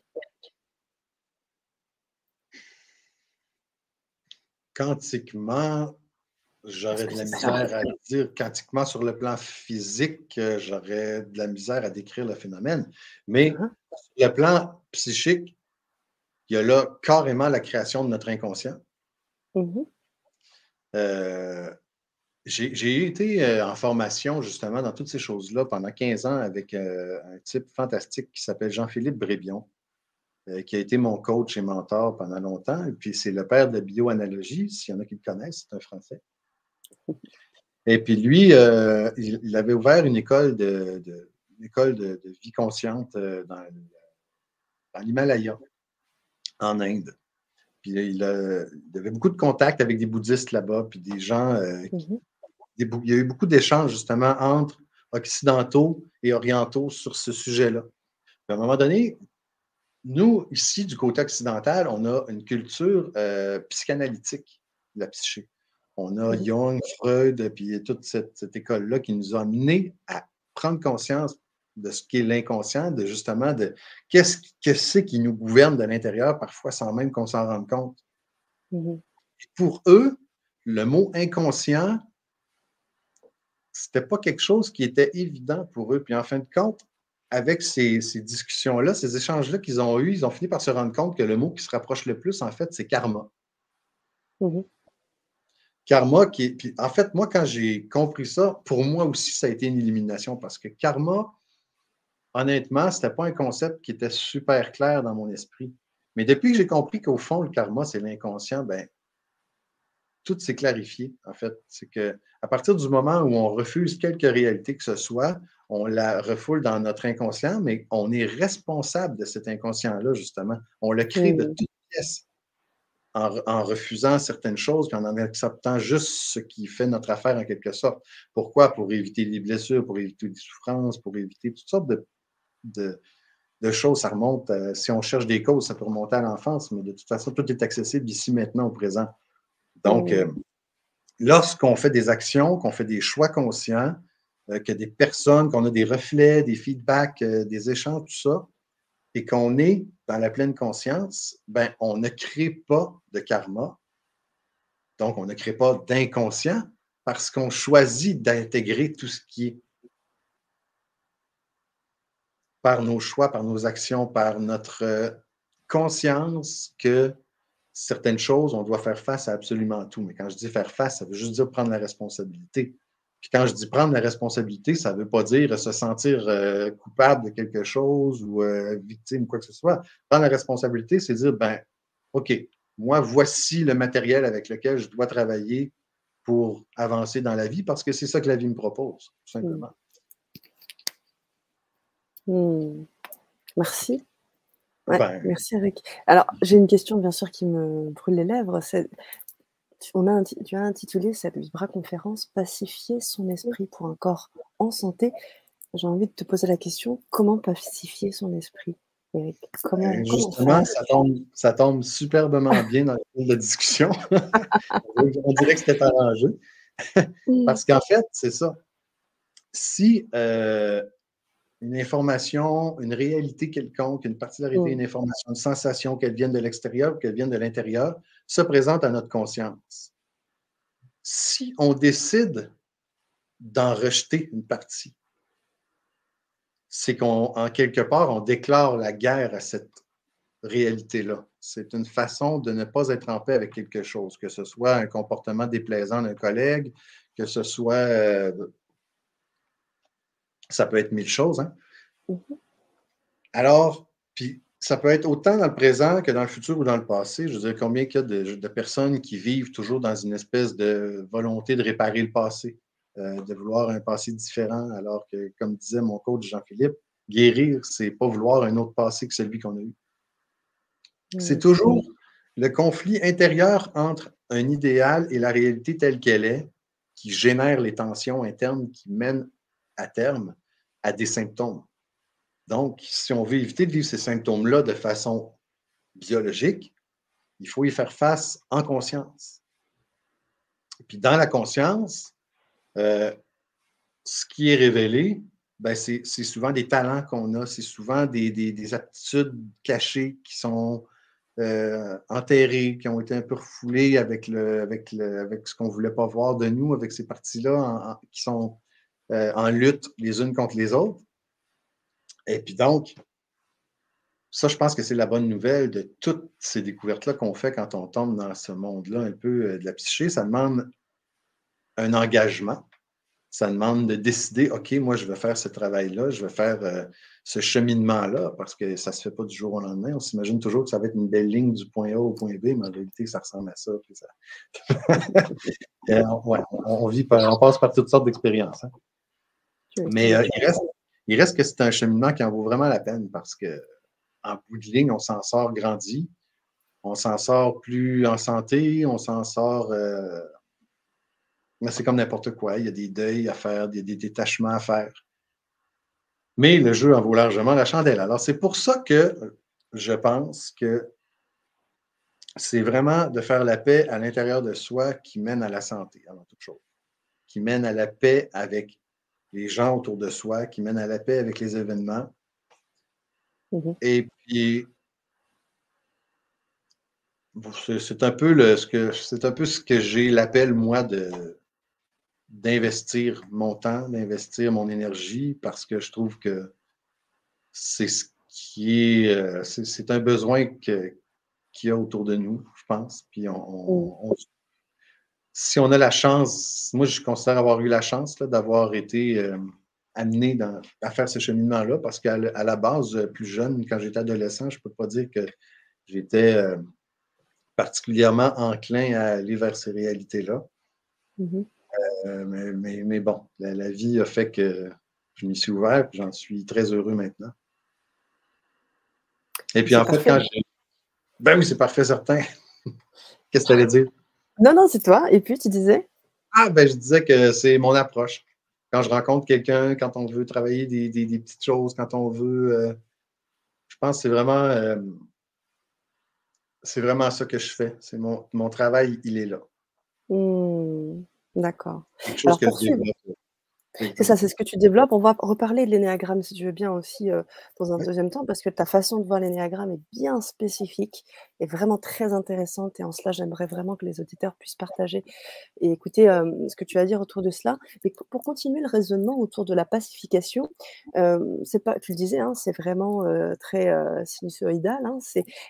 Quantiquement, Est-ce j'aurais que de la c'est ça? misère à dire. Quantiquement, sur le plan physique, j'aurais de la misère à décrire le phénomène. Mais Hein? sur le plan psychique, il y a là carrément la création de notre inconscient. Mmh mh. Euh, j'ai été en formation justement dans toutes ces choses-là pendant 15 ans avec un type fantastique qui s'appelle Jean-Philippe Brébion, qui a été mon coach et mentor pendant longtemps. Et puis c'est le père de la bioanalogie, s'il y en a qui le connaissent, c'est un Français. Et puis lui, il avait ouvert une école une école de vie consciente dans l'Himalaya. en Inde. Puis il avait beaucoup de contacts avec des bouddhistes là-bas, puis des gens. Il y a eu beaucoup d'échanges justement entre occidentaux et orientaux sur ce sujet-là. Puis à un moment donné, nous, ici, du côté occidental, on a une culture psychanalytique de la psyché. On a Jung, Freud, puis toute cette école-là qui nous a amenés à prendre conscience de ce qu'est l'inconscient, de justement de qu'est-ce que c'est qui nous gouverne de l'intérieur, parfois sans même qu'on s'en rende compte. Pour eux, le mot inconscient, c'était pas quelque chose qui était évident pour eux. Puis en fin de compte, avec ces discussions-là, ces échanges-là qu'ils ont eus, ils ont fini par se rendre compte que le mot qui se rapproche le plus, en fait, c'est karma. Karma puis en fait, moi, quand j'ai compris ça, pour moi aussi, ça a été une illumination parce que karma, honnêtement, c'était pas un concept qui était super clair dans mon esprit. Mais depuis que j'ai compris qu'au fond, le karma, c'est l'inconscient, ben tout s'est clarifié, en fait. C'est qu'à partir du moment où on refuse quelque réalité que ce soit, on la refoule dans notre inconscient, mais on est responsable de cet inconscient-là, justement. On le crée de toutes pièces en refusant certaines choses, puis en acceptant juste ce qui fait notre affaire en quelque sorte. Pourquoi? Pour éviter les blessures, pour éviter les souffrances, pour éviter toutes sortes de choses. Ça remonte, si on cherche des causes, ça peut remonter à l'enfance, mais de toute façon, tout est accessible ici, maintenant, au présent. Donc, lorsqu'on fait des actions, qu'on fait des choix conscients, que des personnes, qu'on a des reflets, des feedbacks, des échanges, tout ça, et qu'on est dans la pleine conscience, ben, on ne crée pas de karma. Donc, on ne crée pas d'inconscient parce qu'on choisit d'intégrer tout ce qui est par nos choix, par nos actions, par notre conscience que certaines choses, on doit faire face à absolument tout. Mais quand je dis faire face, ça veut juste dire prendre la responsabilité. Puis quand je dis prendre la responsabilité, ça ne veut pas dire se sentir coupable de quelque chose ou victime ou quoi que ce soit. Prendre la responsabilité, c'est dire, ben, OK, moi, voici le matériel avec lequel je dois travailler pour avancer dans la vie parce que c'est ça que la vie me propose, tout simplement. Merci. Ouais, merci, Eric. Alors, j'ai une question, bien sûr, qui me brûle les lèvres. Tu as intitulé cette vibra-conférence « Pacifier son esprit pour un corps en santé ». J'ai envie de te poser la question, comment pacifier son esprit, Eric? Justement, ça tombe superbement bien dans la discussion. On dirait que c'était arrangé. Parce qu'en fait, c'est ça. Si une information, une réalité quelconque, une particularité, une information, une sensation, qu'elle vienne de l'extérieur ou qu'elle vienne de l'intérieur, se présente à notre conscience. Si on décide d'en rejeter une partie, c'est qu'en quelque part, on déclare la guerre à cette réalité-là. C'est une façon de ne pas être en paix avec quelque chose, que ce soit un comportement déplaisant d'un collègue, que ce soit... ça peut être mille choses, hein? Alors, puis ça peut être autant dans le présent que dans le futur ou dans le passé. Je veux dire, combien il y a de personnes qui vivent toujours dans une espèce de volonté de réparer le passé, de vouloir un passé différent, alors que, comme disait mon coach Jean-Philippe, guérir, c'est pas vouloir un autre passé que celui qu'on a eu. C'est toujours le conflit intérieur entre un idéal et la réalité telle qu'elle est qui génère les tensions internes qui mènent à terme à des symptômes. Donc, si on veut éviter de vivre ces symptômes-là de façon biologique, il faut y faire face en conscience. Et puis, dans la conscience, ce qui est révélé, ben c'est souvent des talents qu'on a, c'est souvent des aptitudes cachées qui sont enterrées, qui ont été un peu refoulées avec ce qu'on ne voulait pas voir de nous, avec ces parties-là qui sont en lutte les unes contre les autres. Et puis donc, ça, je pense que c'est la bonne nouvelle de toutes ces découvertes-là qu'on fait quand on tombe dans ce monde-là un peu de la psyché. Ça demande un engagement. Ça demande de décider, OK, moi, je vais faire ce travail-là, je vais faire ce cheminement-là, parce que ça ne se fait pas du jour au lendemain. On s'imagine toujours que ça va être une belle ligne du point A au point B, mais en réalité, ça ressemble à ça. Puis ça... ouais, on passe par toutes sortes d'expériences. Hein. Mais il reste que c'est un cheminement qui en vaut vraiment la peine, parce que en bout de ligne, on s'en sort grandi, on s'en sort plus en santé, on s'en sort... mais c'est comme n'importe quoi. Il y a des deuils à faire, des détachements à faire. Mais le jeu en vaut largement la chandelle. Alors, c'est pour ça que je pense que c'est vraiment de faire la paix à l'intérieur de soi qui mène à la santé, avant toute chose. Qui mène à la paix avec les gens autour de soi, qui mène à la paix avec les événements. Et puis, c'est un peu ce que j'ai l'appel, moi, d'investir mon temps, d'investir mon énergie, parce que je trouve que c'est ce qui est, c'est un besoin qu'il y a autour de nous, je pense. Puis si on a la chance, moi je considère avoir eu la chance là, d'avoir été amené à faire ce cheminement-là, parce qu'à la base, plus jeune, quand j'étais adolescent, je ne peux pas dire que j'étais particulièrement enclin à aller vers ces réalités-là. Mais bon, la vie a fait que je m'y suis ouvert, et j'en suis très heureux maintenant. Et puis en fait, quand j'ai... Ben oui, c'est parfait, certain. Qu'est-ce que tu allais dire? Non, non, c'est toi. Et puis, tu disais? Ah, ben je disais que c'est mon approche. Quand je rencontre quelqu'un, quand on veut travailler des petites choses, quand on veut... je pense que c'est vraiment ça que je fais. C'est mon travail, il est là. D'accord. Quelque chose Alors, que je poursuivre. développe. C'est ça, c'est ce que tu développes. On va reparler de l'énéagramme, si tu veux bien aussi, dans un Oui. deuxième temps, parce que ta façon de voir l'énéagramme est bien spécifique et vraiment très intéressante et en cela, j'aimerais vraiment que les auditeurs puissent partager et écouter, ce que tu as à dire autour de cela. Et pour continuer le raisonnement autour de la pacification, c'est pas tu le disais, hein, c'est vraiment, très, sinusoïdal, hein,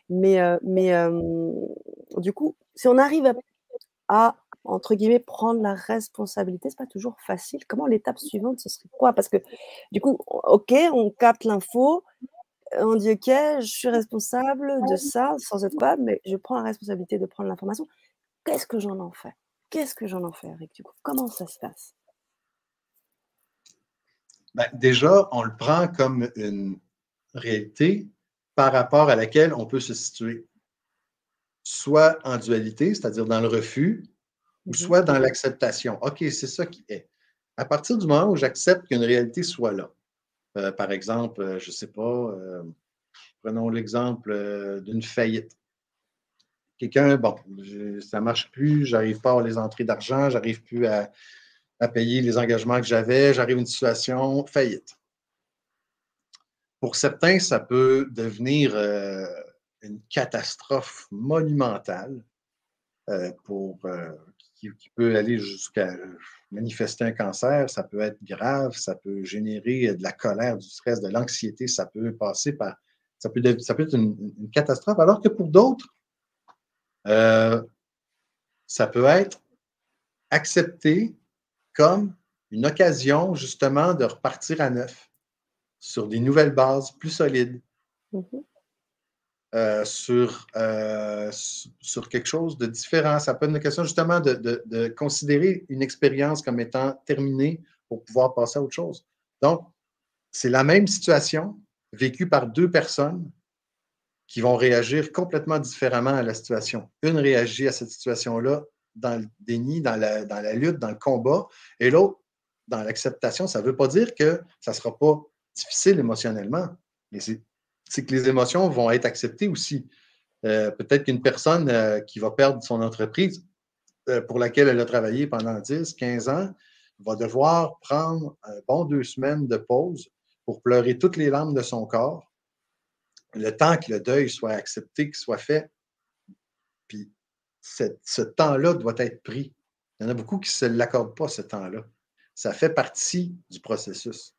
du coup, si on arrive à, entre guillemets, «prendre la responsabilité», c'est pas toujours facile. Comment l'étape suivante, ce serait quoi? Parce que du coup, OK, on capte l'info, on dit: «OK, je suis responsable de ça, sans être coupable, mais je prends la responsabilité de prendre l'information». Qu'est-ce que j'en en fais? Qu'est-ce que j'en en fais, Eric, du coup? Comment ça se passe? Ben, déjà, on le prend comme une réalité par rapport à laquelle on peut se situer. Soit en dualité, c'est-à-dire dans le refus, ou soit dans l'acceptation. OK, c'est ça qui est. À partir du moment où j'accepte qu'une réalité soit là, par exemple, je ne sais pas, prenons l'exemple d'une faillite. Quelqu'un, bon, ça ne marche plus, j'arrive pas à avoir les entrées d'argent, j'arrive plus à payer les engagements que j'avais, j'arrive à une situation faillite. Pour certains, ça peut devenir une catastrophe monumentale qui peut aller jusqu'à manifester un cancer, ça peut être grave, ça peut générer de la colère, du stress, de l'anxiété, ça peut passer par... Ça peut être une catastrophe, alors que pour d'autres, ça peut être accepté comme une occasion justement de repartir à neuf, sur des nouvelles bases plus solides, sur quelque chose de différent. Ça peut être une question justement de considérer une expérience comme étant terminée pour pouvoir passer à autre chose. Donc, c'est la même situation vécue par deux personnes qui vont réagir complètement différemment à la situation. Une réagit à cette situation-là dans le déni, dans la lutte, dans le combat, et l'autre dans l'acceptation. Ça ne veut pas dire que ça ne sera pas difficile émotionnellement, mais c'est que les émotions vont être acceptées aussi. Peut-être qu'une personne qui va perdre son entreprise pour laquelle elle a travaillé pendant 10, 15 ans va devoir prendre un bon 2 semaines de pause pour pleurer toutes les larmes de son corps, le temps que le deuil soit accepté, qu'il soit fait. Puis ce temps-là doit être pris. Il y en a beaucoup qui ne se l'accordent pas, ce temps-là. Ça fait partie du processus.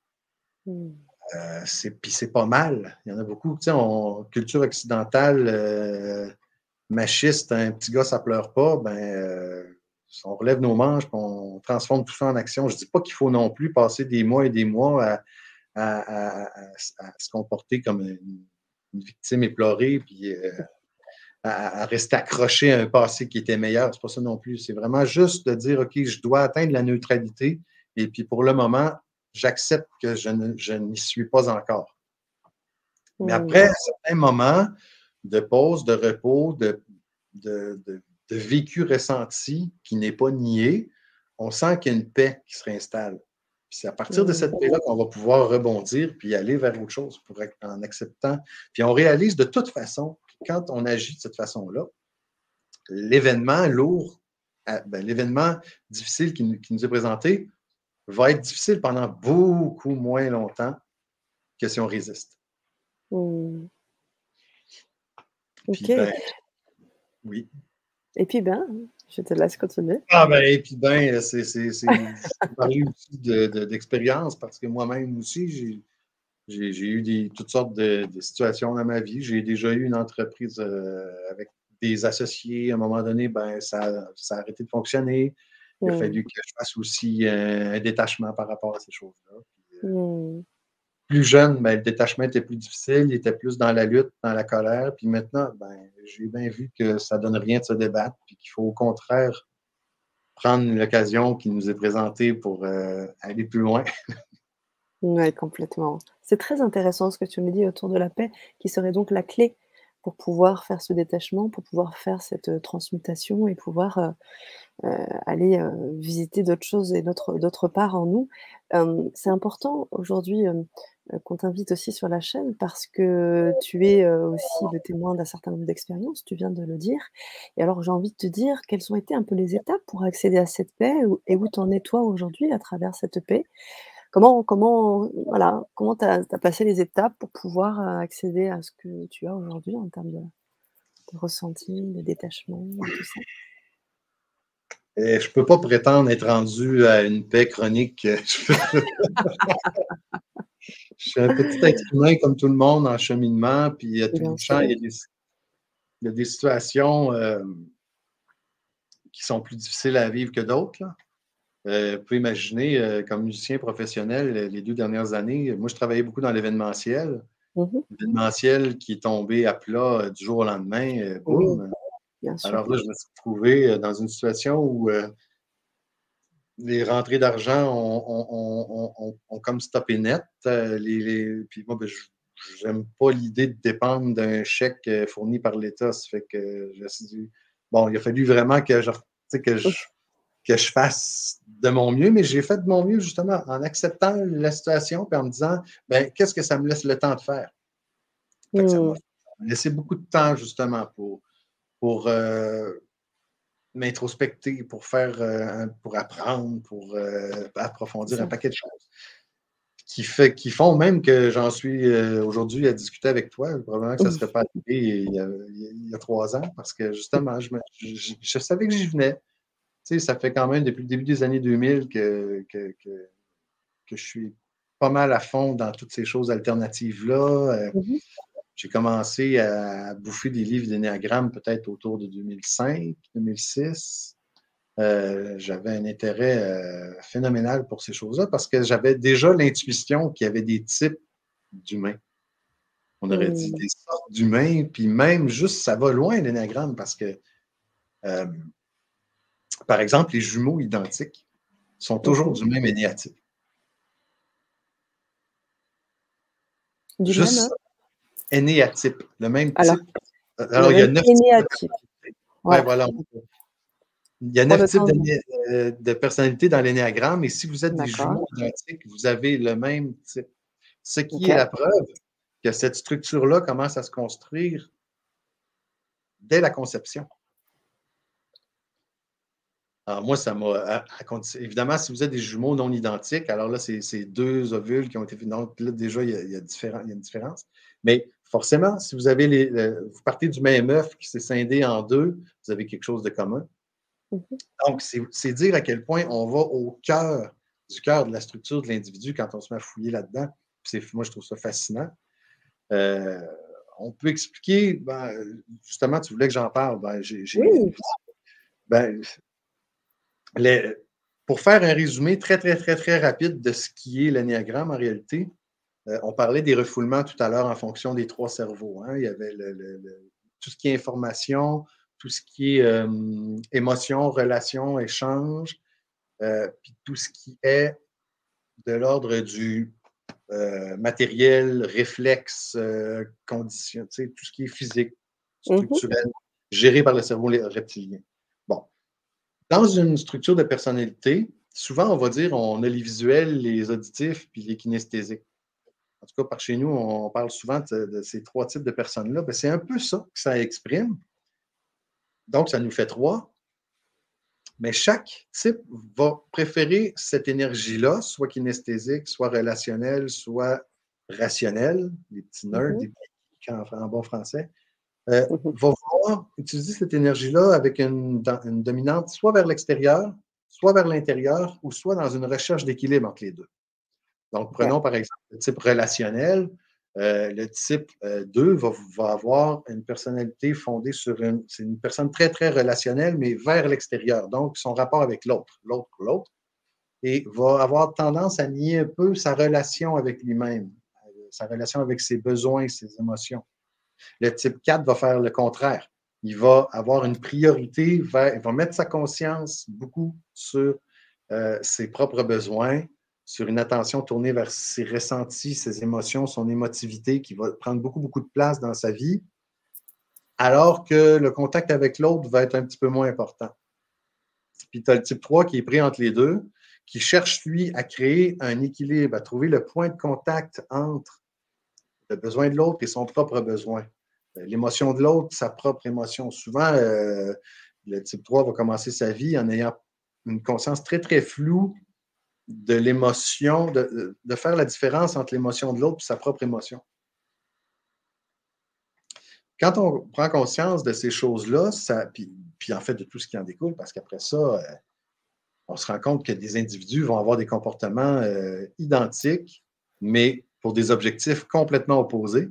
Puis c'est pas mal. Il y en a beaucoup. Tu sais, culture occidentale, machiste, un petit gars, ça pleure pas, on relève nos manches et on transforme tout ça en action. Je ne dis pas qu'il faut non plus passer des mois et des mois à se comporter comme une victime éplorée, puis à rester accroché à un passé qui était meilleur. C'est pas ça non plus. C'est vraiment juste de dire, OK, je dois atteindre la neutralité, et puis pour le moment, j'accepte que je n'y suis pas encore. Mais après un certain moment de pause, de repos, de vécu ressenti qui n'est pas nié, on sent qu'il y a une paix qui se réinstalle. Puis c'est à partir de cette paix-là qu'on va pouvoir rebondir puis aller vers autre chose en acceptant. Puis on réalise de toute façon, quand on agit de cette façon-là, l'événement lourd, l'événement difficile qui nous est présenté va être difficile pendant beaucoup moins longtemps que si on résiste. Mmh. Puis, OK. oui. Et puis, je te laisse continuer. Ah ben, et puis je parlais aussi d'expérience parce que moi-même aussi, j'ai eu toutes sortes de situations dans ma vie. J'ai déjà eu une entreprise avec des associés. À un moment donné, ça a arrêté de fonctionner. Il a fallu que je fasse aussi un détachement par rapport à ces choses-là. Puis, plus jeune, le détachement était plus difficile, il était plus dans la lutte, dans la colère. Puis maintenant, j'ai bien vu que ça ne donne rien de se débattre, puis qu'il faut au contraire prendre l'occasion qui nous est présentée pour aller plus loin. Ouais, complètement. C'est très intéressant ce que tu me dis autour de la paix, qui serait donc la clé pour pouvoir faire ce détachement, pour pouvoir faire cette, transmutation et pouvoir, aller, visiter d'autres choses et d'autres parts en nous. C'est important aujourd'hui, qu'on t'invite aussi sur la chaîne parce que tu es, aussi le témoin d'un certain nombre d'expériences, tu viens de le dire. Et alors j'ai envie de te dire, quelles ont été un peu les étapes pour accéder à cette paix et où tu en es toi aujourd'hui à travers cette paix? Comment tu as passé les étapes pour pouvoir, accéder à ce que tu as aujourd'hui en termes de ressenti, de détachement et tout ça? Et je ne peux pas prétendre être rendu à une paix chronique. Je suis un petit être humain comme tout le monde en cheminement, puis à tout bout Bien de champ, sûr. il y a des situations qui sont plus difficiles à vivre que d'autres. Vous pouvez imaginer, comme musicien professionnel, les 2 dernières années, moi, je travaillais beaucoup dans l'événementiel. Mmh. L'événementiel qui est tombé à plat du jour au lendemain, Oui, boum. bien sûr. Alors là, je me suis retrouvé dans une situation où les rentrées d'argent ont comme stoppé net. Puis moi, j'aime pas l'idée de dépendre d'un chèque fourni par l'État. Ça fait que je me suis dit, bon, il a fallu vraiment que je fasse de mon mieux, mais j'ai fait de mon mieux justement en acceptant la situation et en me disant, qu'est-ce que ça me laisse le temps de faire? Fait que ça m'a Mmh. laissé beaucoup de temps justement pour m'introspecter, pour apprendre, pour C'est approfondir un ça. paquet de choses qui font même que j'en suis aujourd'hui à discuter avec toi. Probablement que ça ne serait pas arrivé il y a 3 ans parce que justement, je savais que j'y venais. Tu sais, ça fait quand même depuis le début des années 2000 que je suis pas mal à fond dans toutes ces choses alternatives-là. Mmh mh. J'ai commencé à bouffer des livres d'énéagramme peut-être autour de 2005, 2006. J'avais un intérêt phénoménal pour ces choses-là parce que j'avais déjà l'intuition qu'il y avait des types d'humains. On aurait dit Mmh. des sortes d'humains, puis même juste, ça va loin l'énéagramme parce que, euh, par exemple, les jumeaux identiques sont toujours Mmh. du même énéatype. Du même, Juste énéatype, le même alors, type. le Alors, il y a même 9 types de énéatype. personnalités. Ouais, Voilà, voilà. Il y a prends 9 le types temps de de personnalités dans l'énéagramme, et si vous êtes des d'accord, jumeaux identiques, vous avez le même type. Ce qui est OK. la preuve que cette structure-là commence à se construire dès la conception. Alors moi, ça m'a... Évidemment, si vous êtes des jumeaux non identiques, alors là, c'est 2 ovules qui ont été faits. Donc là, déjà, il y a une différence. Mais forcément, si vous avez vous partez du même œuf qui s'est scindé en deux, vous avez quelque chose de commun. Mmh mh. Donc, c'est dire à quel point on va au cœur du cœur de la structure de l'individu quand on se met à fouiller là-dedans. Moi, je trouve ça fascinant. Euh, on peut expliquer, justement, tu voulais que j'en parle. Oui. Ben, les- pour faire un résumé très, très, très, très rapide de ce qui est l'énéagramme en réalité, on parlait des refoulements tout à l'heure en fonction des 3 cerveaux. Hein. Il y avait tout ce qui est information, tout ce qui est émotion, relation, échange, puis tout ce qui est de l'ordre du matériel, réflexe, condition, tout ce qui est physique, Mmh mh. structurel. géré par le cerveau reptilien. Bon. Dans une structure de personnalité, souvent, on va dire on a les visuels, les auditifs, puis les kinesthésiques. En tout cas, par chez nous, on parle souvent de ces 3 types de personnes-là. Ben, c'est un peu ça que ça exprime. Donc, ça nous fait 3. Mais chaque type va préférer cette énergie-là, soit kinesthésique, soit relationnelle, soit rationnelle, les petits nerds, des petits en bon français, va vouloir utiliser cette énergie-là avec une dominante soit vers l'extérieur, soit vers l'intérieur, ou soit dans une recherche d'équilibre entre les deux. Donc, prenons par exemple le type relationnel. Le type 2 va avoir une personnalité fondée sur c'est une personne très, très relationnelle, mais vers l'extérieur. Donc, son rapport avec l'autre, et va avoir tendance à nier un peu sa relation avec lui-même, sa relation avec ses besoins, ses émotions. Le type 4 va faire le contraire. Il va avoir une priorité il va mettre sa conscience beaucoup sur ses propres besoins, sur une attention tournée vers ses ressentis, ses émotions, son émotivité qui va prendre beaucoup, beaucoup de place dans sa vie, alors que le contact avec l'autre va être un petit peu moins important. Puis tu as le type 3 qui est pris entre les deux, qui cherche, lui, à créer un équilibre, à trouver le point de contact entre le besoin de l'autre et son propre besoin. L'émotion de l'autre, sa propre émotion. Souvent, le type 3 va commencer sa vie en ayant une conscience très, très floue de l'émotion, de faire la différence entre l'émotion de l'autre et sa propre émotion. Quand on prend conscience de ces choses-là, puis en fait de tout ce qui en découle, parce qu'après ça, on se rend compte que des individus vont avoir des comportements identiques, mais pour des objectifs complètement opposés.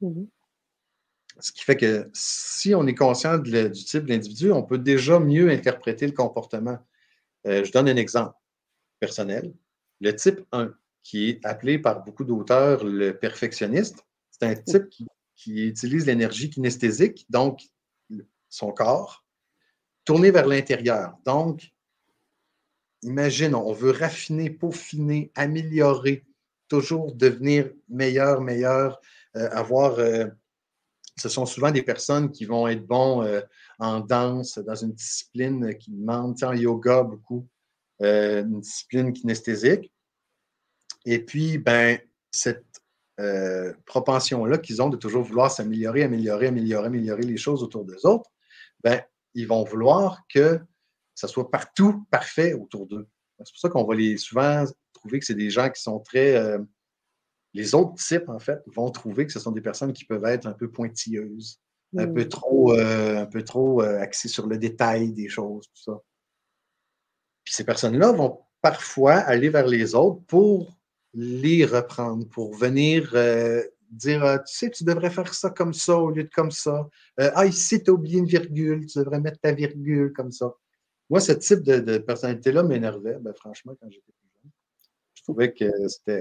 Ce qui fait que si on est conscient du type d'individu, on peut déjà mieux interpréter le comportement. Je donne un exemple personnel. Le type 1, qui est appelé par beaucoup d'auteurs le perfectionniste, c'est un type qui utilise l'énergie kinesthésique, donc son corps, tourné vers l'intérieur. Donc, imagine, on veut raffiner, peaufiner, améliorer, toujours devenir meilleur, avoir... ce sont souvent des personnes qui vont être bons en danse, dans une discipline qui demande, en yoga beaucoup, une discipline kinesthésique. Et puis, ben, cette propension-là qu'ils ont de toujours vouloir s'améliorer, améliorer les choses autour d'eux autres, ben, ils vont vouloir que ça soit partout parfait autour d'eux. C'est pour ça qu'on va souvent trouver que c'est des gens qui sont très... les autres types, en fait, vont trouver que ce sont des personnes qui peuvent être un peu pointilleuses, un peu trop axées sur le détail des choses, tout ça. Puis ces personnes-là vont parfois aller vers les autres pour les reprendre, pour venir dire tu sais, tu devrais faire ça comme ça au lieu de comme ça. Ici, tu as oublié une virgule, tu devrais mettre ta virgule comme ça. Moi, ce type de personnalité-là m'énervait, ben, franchement, quand j'étais plus jeune. Je trouvais que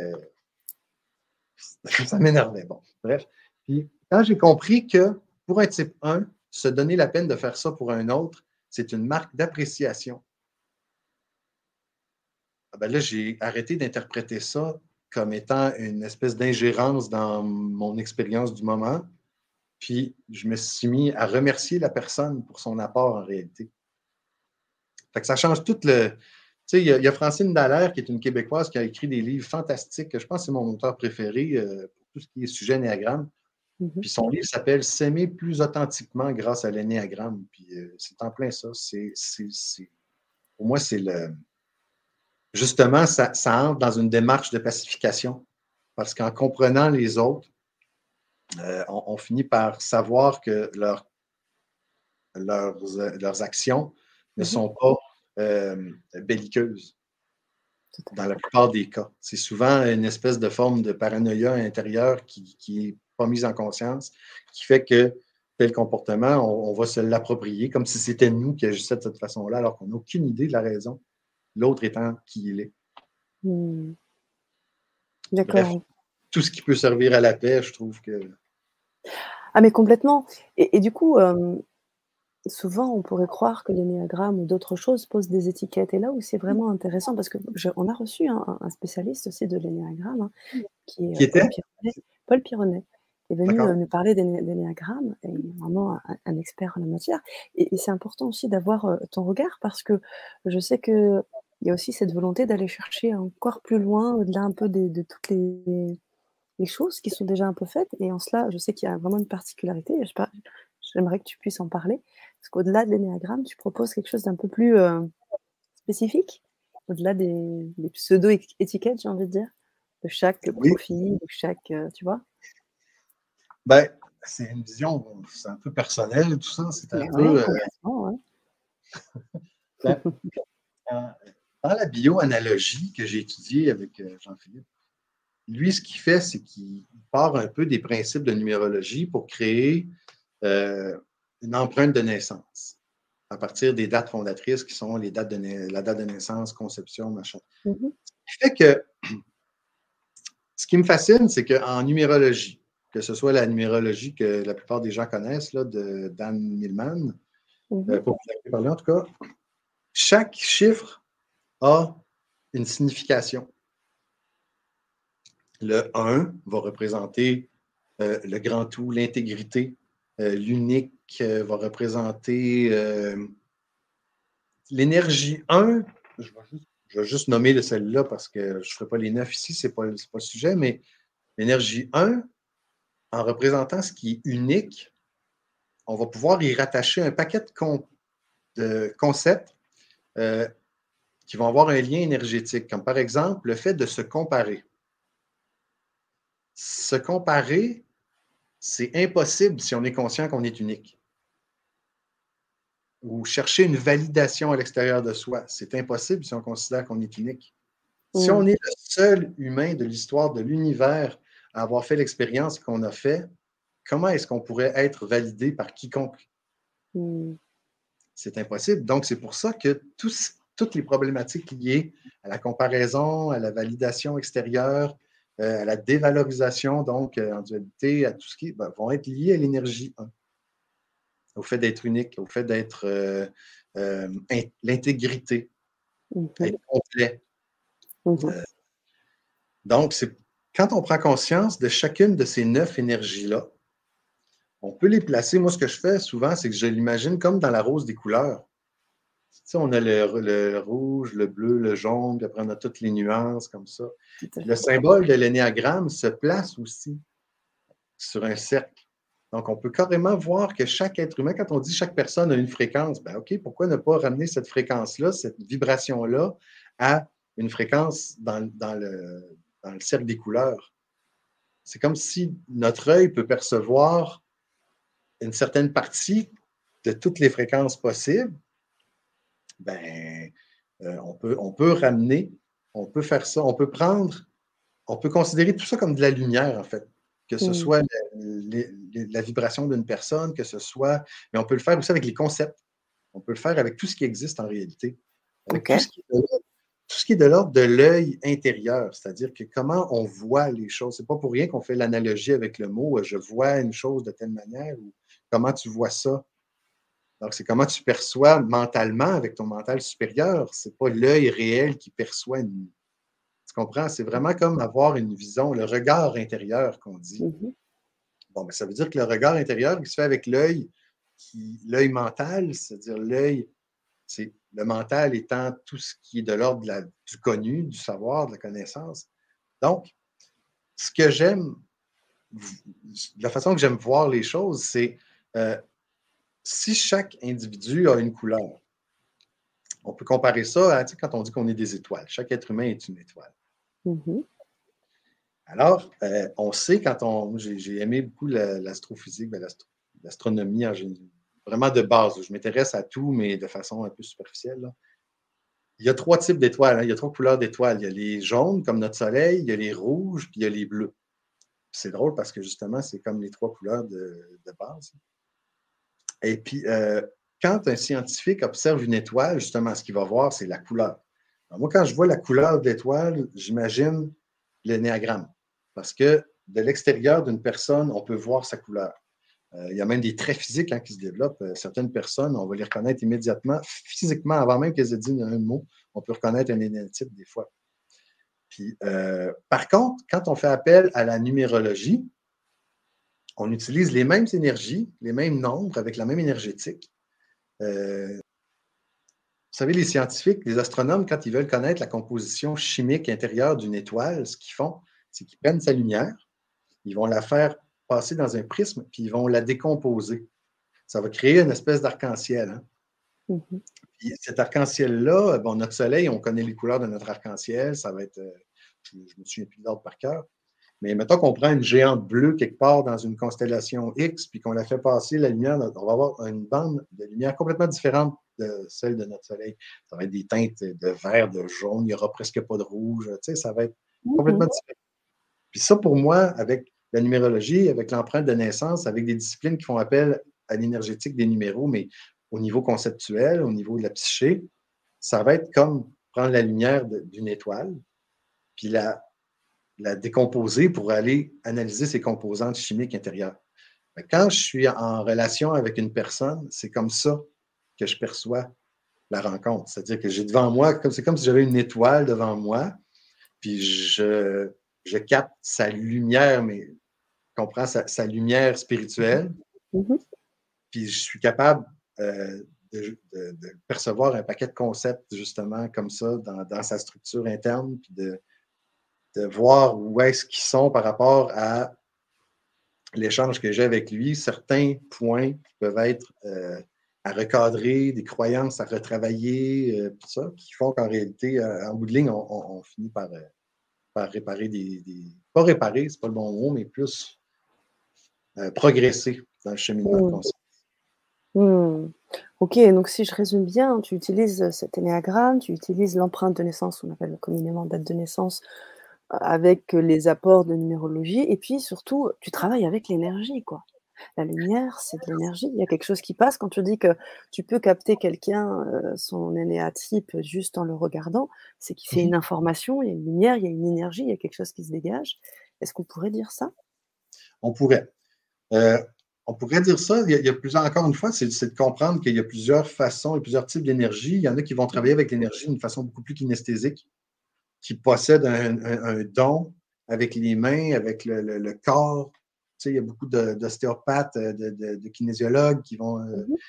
ça m'énervait. Bon, bref. Puis quand j'ai compris que pour un type 1, se donner la peine de faire ça pour un autre, c'est une marque d'appréciation. Ben là, j'ai arrêté d'interpréter ça comme étant une espèce d'ingérence dans mon expérience du moment. Puis, je me suis mis à remercier la personne pour son apport en réalité. Fait que ça change tout le... Tu sais, il y a Francine Dallaire, qui est une Québécoise, qui a écrit des livres fantastiques, que je pense que c'est mon auteur préféré pour tout ce qui est sujet néagramme. Puis son livre s'appelle « S'aimer plus authentiquement grâce à l'énéagramme ». Puis c'est en plein ça. Pour moi, c'est le... Justement, ça entre dans une démarche de pacification. Parce qu'en comprenant les autres, on finit par savoir que leurs actions ne sont pas belliqueuses dans la plupart des cas. C'est souvent une espèce de forme de paranoïa intérieure qui n'est pas mise en conscience, qui fait que tel comportement, on va se l'approprier comme si c'était nous qui agissions de cette façon-là, alors qu'on n'a aucune idée de la raison, l'autre étant qui il est. Bref, D'accord. tout ce qui peut servir à la paix, je trouve que... Ah mais complètement et du coup, souvent on pourrait croire que l'énéagramme ou d'autres choses posent des étiquettes et là où c'est vraiment intéressant parce que on a reçu un spécialiste aussi de l'énéagramme, hein, qui Qui est était? Paul Pironnet, est venu, D'accord? nous parler d'énéagramme et il est vraiment un expert en la matière et c'est important aussi d'avoir, ton regard parce que je sais qu'il y a aussi cette volonté d'aller chercher encore plus loin, au-delà un peu de toutes les choses qui sont déjà un peu faites et en cela, je sais qu'il y a vraiment une particularité et je sais pas, j'aimerais que tu puisses en parler. Parce qu'au-delà de l'énéagramme, tu proposes quelque chose d'un peu plus, spécifique, au-delà des pseudo étiquettes, j'ai envie de dire, de chaque Oui, profil, de chaque, tu vois? ben, c'est une vision, bon, c'est un peu personnel, tout ça. C'est un Mais ouais, peu. complètement, ouais. Ben, dans dans la bioanalogie que j'ai étudiée avec Jean-Philippe, lui, ce qu'il fait, c'est qu'il part un peu des principes de numérologie pour créer euh, une empreinte de naissance à partir des dates fondatrices qui sont les dates la date de naissance, conception, machin. Mmh mh. Ce qui fait que ce qui me fascine, c'est qu'en numérologie, que ce soit la numérologie que la plupart des gens connaissent, là, de Dan Millman, Mmh. popularité parlée en tout cas, chaque chiffre a une signification. Le 1 va représenter le grand tout, l'intégrité. L'unique va représenter l'énergie 1. Je vais juste nommer celle-là parce que je ne ferai pas les 9 ici, ce n'est pas le sujet, mais l'énergie 1, en représentant ce qui est unique, on va pouvoir y rattacher un paquet de concepts euh, qui vont avoir un lien énergétique, comme par exemple le fait de se comparer. Se comparer, c'est impossible si on est conscient qu'on est unique. Ou chercher une validation à l'extérieur de soi, c'est impossible si on considère qu'on est unique. Si on Mmh. est le seul humain de l'histoire de l'univers à avoir fait l'expérience qu'on a fait, comment est-ce qu'on pourrait être validé par quiconque? Mmh. C'est impossible. Donc, c'est pour ça que toutes les problématiques liées à la comparaison, à la validation extérieure, à la dévalorisation, donc en dualité, à tout ce qui vont être liées à l'énergie 1, au fait d'être unique, au fait d'être l'intégrité, Mmh mh. être complet. Mmh. Euh, donc, quand on prend conscience de chacune de ces 9 énergies-là, on peut les placer. Moi, ce que je fais souvent, c'est que je l'imagine comme dans la rose des couleurs. Tu sais, on a le rouge, le bleu, le jaune, puis après on a toutes les nuances comme ça. Tout à Puis le fait. symbole de l'énéagramme se place aussi sur un cercle. Donc, on peut carrément voir que chaque être humain, quand on dit chaque personne a une fréquence, ben OK, pourquoi ne pas ramener cette fréquence-là, cette vibration-là, à une fréquence dans le cercle des couleurs? C'est comme si notre œil peut percevoir une certaine partie de toutes les fréquences possibles. Ben, on peut ramener, on peut faire ça, on peut considérer tout ça comme de la lumière, en fait. Que ce Mmh. soit la vibration d'une personne, que ce soit. Mais on peut le faire aussi avec les concepts. On peut le faire avec tout ce qui existe en réalité. Avec OK. tout ce qui est de l'ordre de l'œil intérieur, c'est-à-dire que comment on voit les choses. C'est pas pour rien qu'on fait l'analogie avec le mot je vois une chose de telle manière ou comment tu vois ça. Donc, c'est comment tu perçois mentalement avec ton mental supérieur. C'est pas l'œil réel qui perçoit une. Tu comprends? C'est vraiment comme avoir une vision, le regard intérieur qu'on dit. Mmh. Bon, ben, ça veut dire que le regard intérieur qui se fait avec l'œil mental, c'est-à-dire l'œil, c'est le mental étant tout ce qui est de l'ordre du connu, du savoir, de la connaissance. Donc, ce que j'aime, la façon que j'aime voir les choses, c'est euh, si chaque individu a une couleur, on peut comparer ça à quand on dit qu'on est des étoiles. Chaque être humain est une étoile. Mmh. Alors, on sait quand on. J'ai aimé beaucoup l'astrophysique, l'astronomie vraiment de base. Je m'intéresse à tout, mais de façon un peu superficielle. Là. Il y a 3 types d'étoiles. Hein. Il y a 3 couleurs d'étoiles. Il y a les jaunes, comme notre soleil, il y a les rouges, puis il y a les bleus. C'est drôle parce que justement, c'est comme les 3 couleurs de base. Et puis, quand un scientifique observe une étoile, justement, ce qu'il va voir, c'est la couleur. Alors, moi, quand je vois la couleur de l'étoile, j'imagine le néagramme. Parce que de l'extérieur d'une personne, on peut voir sa couleur. Il y a même des traits physiques qui se développent. Certaines personnes, on va les reconnaître immédiatement, physiquement, avant même qu'elles aient dit un mot. On peut reconnaître un énéatype des fois. Puis, par contre, quand on fait appel à la numérologie, on utilise les mêmes énergies, les mêmes nombres avec la même énergétique. Vous savez, les scientifiques, les astronomes, quand ils veulent connaître la composition chimique intérieure d'une étoile, ce qu'ils font, c'est qu'ils prennent sa lumière, ils vont la faire passer dans un prisme, puis ils vont la décomposer. Ça va créer une espèce d'arc-en-ciel. Hein? Mhm. Puis cet arc-en-ciel-là, bon, notre Soleil, on connaît les couleurs de notre arc-en-ciel, ça va être, je ne me souviens plus de l'ordre par cœur, mais mettons qu'on prend une géante bleue quelque part dans une constellation X, puis qu'on la fait passer la lumière, on va avoir une bande de lumière complètement différente de celle de notre Soleil. Ça va être des teintes de vert, de jaune, il n'y aura presque pas de rouge, tu sais, ça va être complètement Mhm. différent. Puis ça, pour moi, avec la numérologie, avec l'empreinte de naissance, avec des disciplines qui font appel à l'énergétique des numéros, mais au niveau conceptuel, au niveau de la psyché, ça va être comme prendre la lumière d'une étoile, puis la décomposer pour aller analyser ses composantes chimiques intérieures. Mais quand je suis en relation avec une personne, c'est comme ça que je perçois la rencontre. C'est-à-dire que j'ai devant moi, c'est comme si j'avais une étoile devant moi, puis je capte sa lumière, mais comprends, sa lumière spirituelle, Mhm. puis je suis capable de percevoir un paquet de concepts, justement, comme ça, dans sa structure interne, puis de voir où est-ce qu'ils sont par rapport à l'échange que j'ai avec lui, certains points qui peuvent être à recadrer, des croyances à retravailler, tout ça, qui font qu'en réalité, en bout de ligne, on finit par réparer pas réparer, c'est pas le bon mot, mais plus progresser dans le cheminement de Mhm. conscience. Hmm. Ok, donc si je résume bien, tu utilises cet énéagramme, tu utilises l'empreinte de naissance, on appelle communément date de naissance, avec les apports de numérologie, et puis surtout, tu travailles avec l'énergie, quoi. La lumière, c'est de l'énergie. Il y a quelque chose qui passe quand tu dis que tu peux capter quelqu'un, son énéatype juste en le regardant, c'est qu'il fait une information, il y a une lumière, il y a une énergie, il y a quelque chose qui se dégage. Est-ce qu'on pourrait dire ça? On pourrait. Euh, on pourrait dire ça. Il y a plusieurs, encore une fois, c'est de comprendre qu'il y a plusieurs façons et plusieurs types d'énergie. Il y en a qui vont travailler avec l'énergie d'une façon beaucoup plus kinesthésique, qui possèdent un don avec les mains, avec le corps. Tu sais, il y a beaucoup d'ostéopathes, de kinésiologues Mmh.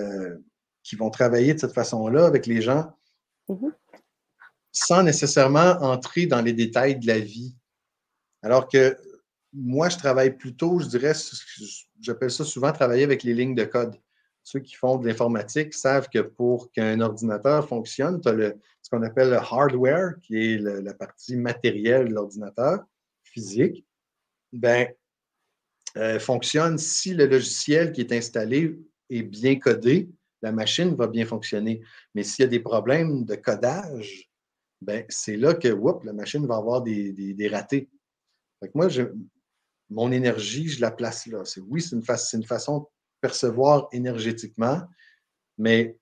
qui vont travailler de cette façon-là avec les gens Mmh. sans nécessairement entrer dans les détails de la vie. Alors que moi, je travaille plutôt, je dirais, j'appelle ça souvent travailler avec les lignes de code. Ceux qui font de l'informatique savent que pour qu'un ordinateur fonctionne, tu as ce qu'on appelle le hardware, qui est la partie matérielle de l'ordinateur, physique, ben, fonctionne si le logiciel qui est installé est bien codé, la machine va bien fonctionner. Mais s'il y a des problèmes de codage, ben, c'est là que la machine va avoir des ratés. Fait que moi, mon énergie, je la place là. Oui, c'est une façon de percevoir énergétiquement, mais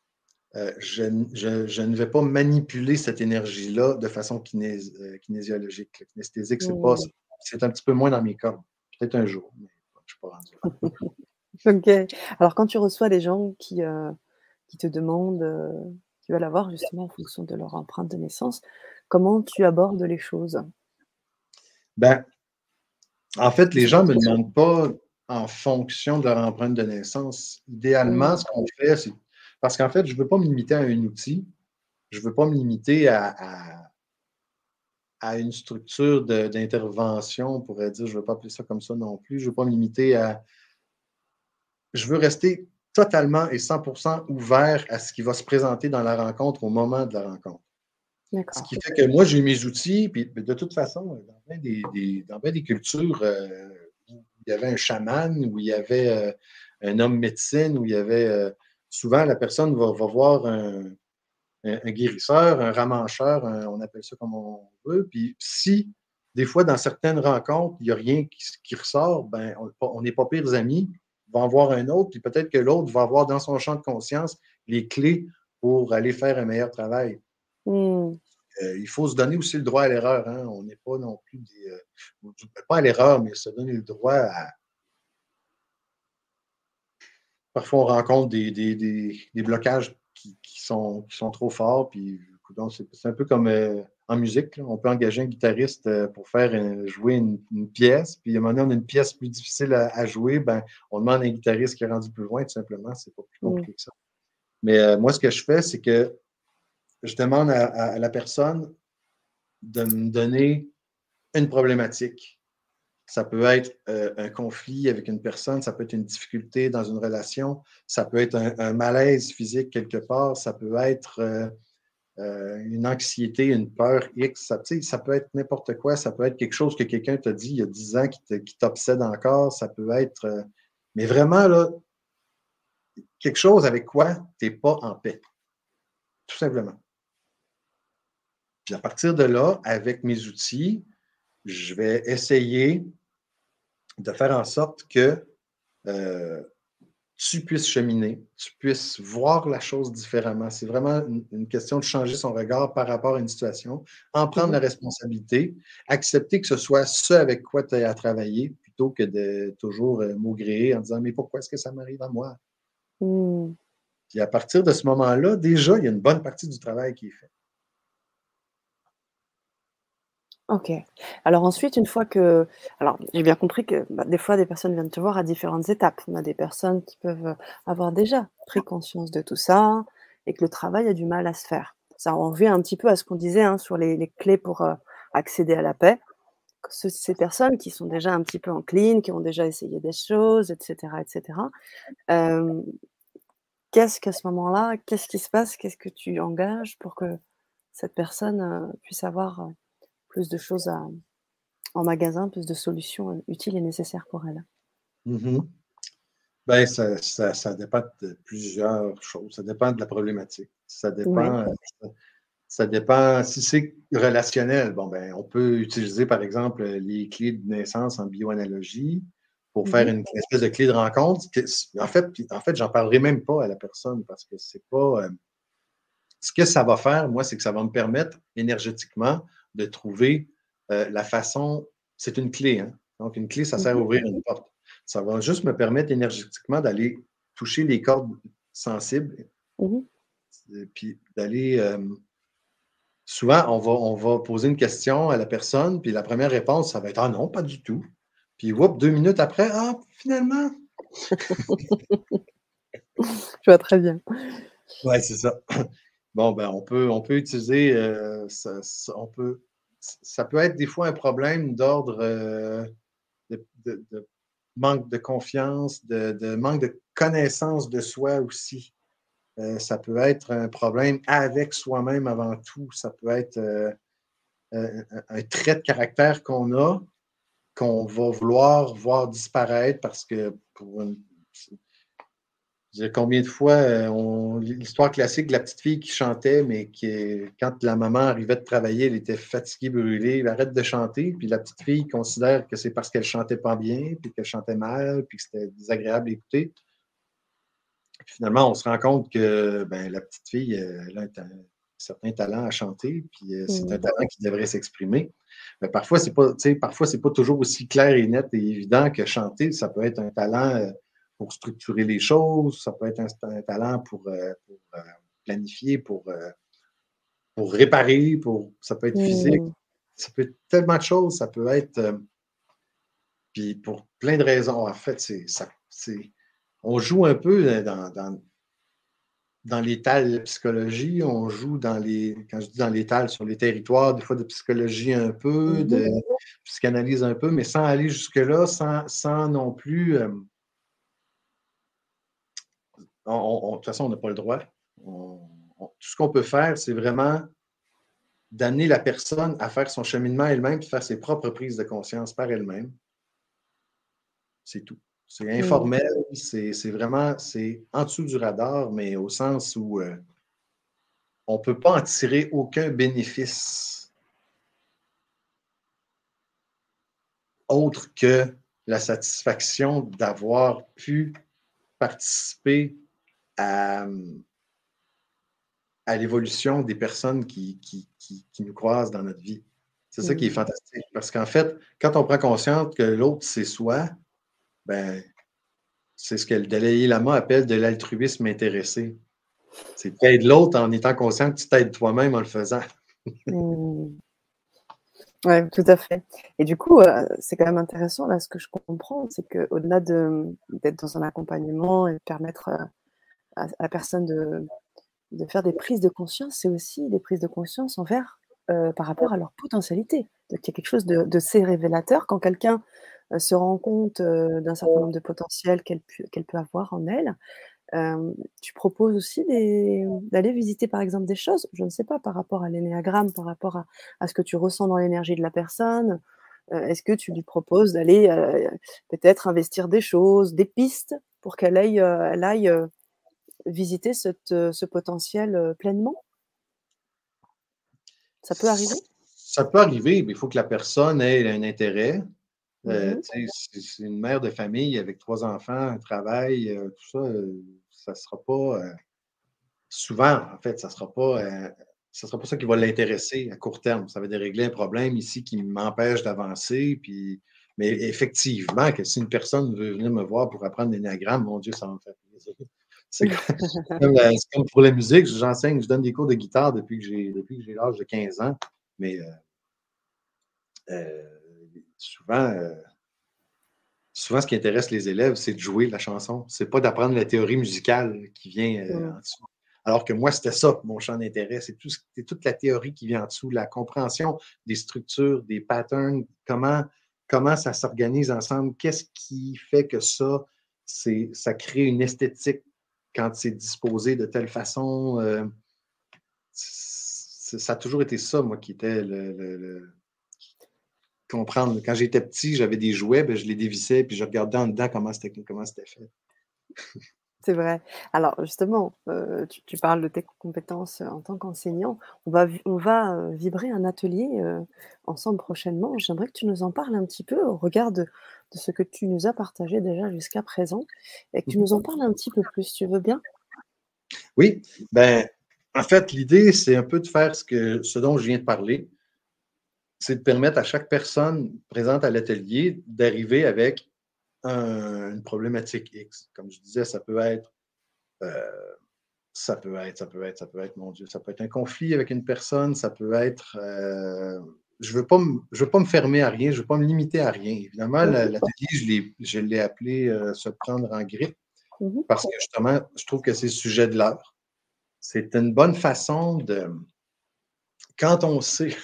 je ne vais pas manipuler cette énergie-là de façon kinésiologique. Kinesthésique, Mmh. c'est un petit peu moins dans mes cordes. Peut-être un jour, mais je ne suis pas rendu là. OK. Alors quand tu reçois des gens qui te demandent, qui veulent avoir justement en fonction de leur empreinte de naissance, comment tu abordes les choses? Ben, en fait, Ils les sont gens ne me demandent pas en fonction de leur empreinte de naissance. Idéalement, mmh, ce qu'on fait, c'est parce qu'en fait, je ne veux pas me limiter à un outil. Je ne veux pas me limiter à une structure d'intervention, on pourrait dire, je ne veux pas appeler ça comme ça non plus. Je ne veux pas me limiter à. Je veux rester totalement et 100% ouvert à ce qui va se présenter dans la rencontre au moment de la rencontre. Ce d'accord. qui fait que moi, j'ai mes outils, puis de toute façon, dans bien des cultures où il y avait un chaman, où il y avait un homme médecine, où il y avait souvent la personne va voir un guérisseur, un ramancheur, on appelle ça comme on veut. Puis si, des fois, dans certaines rencontres, il n'y a rien qui ressort, ben, on n'est pas pires amis. On va en voir un autre, puis peut-être que l'autre va avoir dans son champ de conscience les clés pour aller faire un meilleur travail. Mmh. Il faut se donner aussi le droit à l'erreur. Hein? On n'est pas non plus pas à l'erreur, mais se donner le droit à. Parfois, on rencontre des blocages qui sont trop forts, puis Donc, c'est un peu comme en musique, là. On peut engager un guitariste pour faire jouer une pièce, puis à un moment donné, on a une pièce plus difficile à jouer, ben, on demande à un guitariste qui est rendu plus loin, tout simplement. C'est pas plus Mmh. compliqué que ça. Mais moi, ce que je fais, c'est que je demande à la personne de me donner une problématique. Ça peut être un conflit avec une personne, ça peut être une difficulté dans une relation, ça peut être un malaise physique quelque part, ça peut être une anxiété, une peur X, ça peut être n'importe quoi, ça peut être quelque chose que quelqu'un t'a dit il y a 10 ans qui t'obsède encore, ça peut être... mais vraiment, là, quelque chose avec quoi tu n'es pas en paix, tout simplement. Puis à partir de là, avec mes outils, je vais essayer de faire en sorte que euh, tu puisses cheminer, tu puisses voir la chose différemment. C'est vraiment une question de changer son regard par rapport à une situation, en prendre Mmh. la responsabilité, accepter que ce soit ce avec quoi tu as à travailler, plutôt que de toujours maugréer en disant « Mais pourquoi est-ce que ça m'arrive à moi? » Mmh. Puis à partir de ce moment-là, déjà, il y a une bonne partie du travail qui est fait. OK. Alors ensuite, une fois que alors j'ai bien compris que, bah, des fois, des personnes viennent te voir à différentes étapes. On a des personnes qui peuvent, avoir déjà pris conscience de tout ça et que le travail a du mal à se faire. Ça en revient un petit peu à ce qu'on disait, hein, sur les clés pour, accéder à la paix. Que ces personnes qui sont déjà un petit peu enclines, qui ont déjà essayé des choses et cetera, hem, qu'est-ce qu'à ce moment-là, qu'est-ce qui se passe? Qu'est-ce que tu engages pour que cette personne, puisse avoir, plus de choses à en magasin, plus de solutions, utiles et nécessaires pour elle. Mhm. Ben, ça dépend de plusieurs choses. Ça dépend de la problématique. Ouais. Ça dépend. Si c'est relationnel, bon, ben, on peut utiliser, par exemple, les clés de naissance en bioanalogie pour Mmh faire mh. une espèce de clé de rencontre. En fait, j'en parlerai même pas à la personne parce que c'est pas. Ce que ça va faire, moi, c'est que ça va me permettre énergétiquement de trouver la façon. C'est une clé, hein? Donc, une clé, ça sert à Mmh. ouvrir une porte. Ça va juste me permettre énergétiquement d'aller toucher les cordes sensibles, Mmh. puis d'aller. Souvent, on va poser une question à la personne, puis la première réponse, ça va être ah non, pas du tout. Puis, whoop, 2 minutes après, ah, finalement. Je vois très bien. Ouais, c'est ça. Bon, ben, on peut utiliser, ça peut être des fois un problème d'ordre de manque de confiance, de manque de connaissance de soi aussi. Ça peut être un problème avec soi-même avant tout. Ça peut être un trait de caractère qu'on va vouloir voir disparaître parce que je veux dire, combien de fois, l'histoire classique de la petite fille qui chantait, mais quand la maman arrivait de travailler, elle était fatiguée, brûlée, elle arrête de chanter, puis la petite fille considère que c'est parce qu'elle chantait pas bien, puis qu'elle chantait mal, puis que c'était désagréable d'écouter. Puis finalement, on se rend compte que ben, la petite fille, elle a un certain talent à chanter, puis c'est un Mmh. talent qui devrait s'exprimer. Mais parfois, c'est pas toujours aussi clair et net et évident que chanter, ça peut être un talent pour structurer les choses, ça peut être un talent pour planifier, pour réparer, ça peut être physique, Mmh. ça peut être tellement de choses, ça peut être, puis pour plein de raisons, en fait, on joue un peu dans l'étal de la psychologie, on joue quand je dis dans l'étal, sur les territoires, des fois de psychologie un peu, Mmh. de psychanalyse un peu, mais sans aller jusque-là, sans non plus. De toute façon, on n'a pas le droit. Tout ce qu'on peut faire, c'est vraiment d'amener la personne à faire son cheminement elle-même, puis faire ses propres prises de conscience par elle-même. C'est tout. C'est Mmh. informel, c'est vraiment, c'est en dessous du radar, mais au sens où on ne peut pas en tirer aucun bénéfice autre que la satisfaction d'avoir pu participer à, à l'évolution des personnes qui nous croisent dans notre vie. C'est ça qui est Mmh. fantastique. Parce qu'en fait, quand on prend conscience que l'autre, c'est soi, ben, c'est ce que le Dalai Lama appelle de l'altruisme intéressé. C'est tu aides l'autre en étant conscient que tu t'aides toi-même en le faisant. Mmh. Ouais, tout à fait. Et du coup, c'est quand même intéressant là, ce que je comprends, c'est qu'au-delà d'être dans un accompagnement et de permettre, à la personne de faire des prises de conscience, c'est aussi des prises de conscience envers, par rapport à leur potentialité. Donc il y a quelque chose de assez révélateur quand quelqu'un, se rend compte, d'un certain nombre de potentiels qu'elle peut avoir en elle. Tu proposes aussi d'aller visiter, par exemple, des choses, je ne sais pas, par rapport à l'énéagramme, par rapport à ce que tu ressens dans l'énergie de la personne? Est-ce que tu lui proposes d'aller, peut-être investir des choses, des pistes pour elle aille, visiter ce potentiel, pleinement? Ça peut arriver? Ça peut arriver, mais il faut que la personne ait un intérêt. Mmh. Tu sais, si c'est une mère de famille avec 3 enfants, un travail, tout ça, ça sera pas, souvent, en fait, ça sera pas ça qui va l'intéresser à court terme. Ça va être de régler un problème ici qui m'empêche d'avancer, puis mais effectivement que si une personne veut venir me voir pour apprendre l'énéagramme, mon Dieu, ça va me faire plaisir. C'est comme pour la musique, j'enseigne, je donne des cours de guitare depuis que j'ai l'âge de 15 ans, mais souvent, souvent, ce qui intéresse les élèves, c'est de jouer la chanson. C'est pas d'apprendre la théorie musicale qui vient Mmh. en dessous. Alors que moi, c'était ça, mon champ d'intérêt. C'est toute la théorie qui vient en dessous, la compréhension des structures, des patterns, comment ça s'organise ensemble, qu'est-ce qui fait que ça crée une esthétique quand c'est disposé de telle façon. Ça a toujours été ça, moi, qui était comprendre. Quand j'étais petit, j'avais des jouets, ben, je les dévissais, puis je regardais en dedans comment c'était fait. C'est vrai. Alors justement, tu parles de tes compétences, en tant qu'enseignant. On va vibrer un atelier, ensemble prochainement. J'aimerais que tu nous en parles un petit peu au regard de ce que tu nous as partagé déjà jusqu'à présent et que tu nous en parles un petit peu plus, tu veux bien? Oui, ben, en fait, l'idée, c'est un peu de faire ce dont je viens de parler, c'est de permettre à chaque personne présente à l'atelier d'arriver avec une problématique X. Comme je disais, euh, mon Dieu, ça peut être un conflit avec une personne, ça peut être, je veux pas me fermer à rien, je veux pas me limiter à rien. Évidemment, Mmh l'atelier, je l'ai appelé se prendre en grippe mh. parce que justement, je trouve que c'est le sujet de l'heure. C'est une bonne façon quand on sait,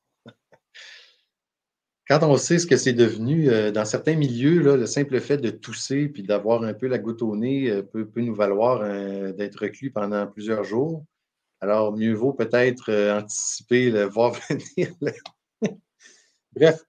quand on sait ce que c'est devenu dans certains milieux, là, le simple fait de tousser puis d'avoir un peu la goutte au nez peut nous valoir d'être reclus pendant plusieurs jours. Alors, mieux vaut peut-être anticiper, le voir venir. Bref,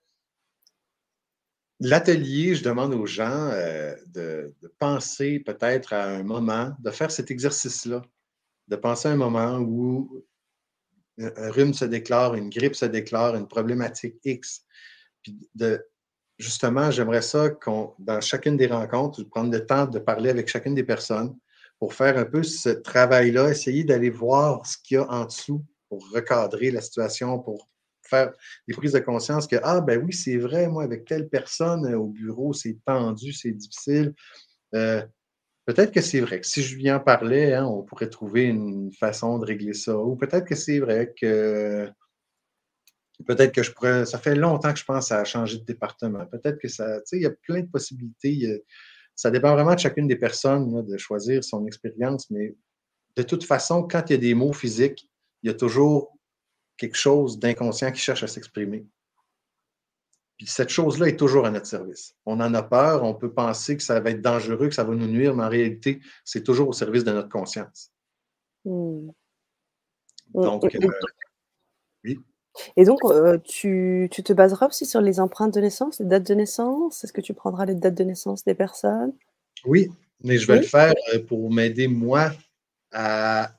l'atelier, je demande aux gens de penser peut-être à un moment, de faire cet exercice-là, de penser à un moment où un rhume se déclare, une grippe se déclare, une problématique X. Puis justement, j'aimerais ça dans chacune des rencontres, prendre le temps de parler avec chacune des personnes pour faire un peu ce travail-là, essayer d'aller voir ce qu'il y a en dessous pour recadrer la situation, pour faire des prises de conscience que, ah, ben oui, c'est vrai, moi, avec telle personne au bureau, c'est tendu, c'est difficile. Euh, Peut-être que c'est vrai que si je lui en parlais, hein, on pourrait trouver une façon de régler ça. Ou peut-être que c'est vrai que je pourrais. Ça fait longtemps que je pense à changer de département. Peut-être que ça. Tu sais, il y a plein de possibilités. Ça dépend vraiment de chacune des personnes là, de choisir son expérience, mais de toute façon, quand il y a des mots physiques, il y a toujours quelque chose d'inconscient qui cherche à s'exprimer. Puis cette chose-là est toujours à notre service. On en a peur, on peut penser que ça va être dangereux, que ça va nous nuire, mais en réalité, c'est toujours au service de notre conscience. Mmh. Mmh Donc, oui. et donc, tu te baseras aussi sur les empreintes de naissance, les dates de naissance? Est-ce que tu prendras les dates de naissance des personnes? Oui, mais je vais le Oui? faire pour m'aider, moi, à,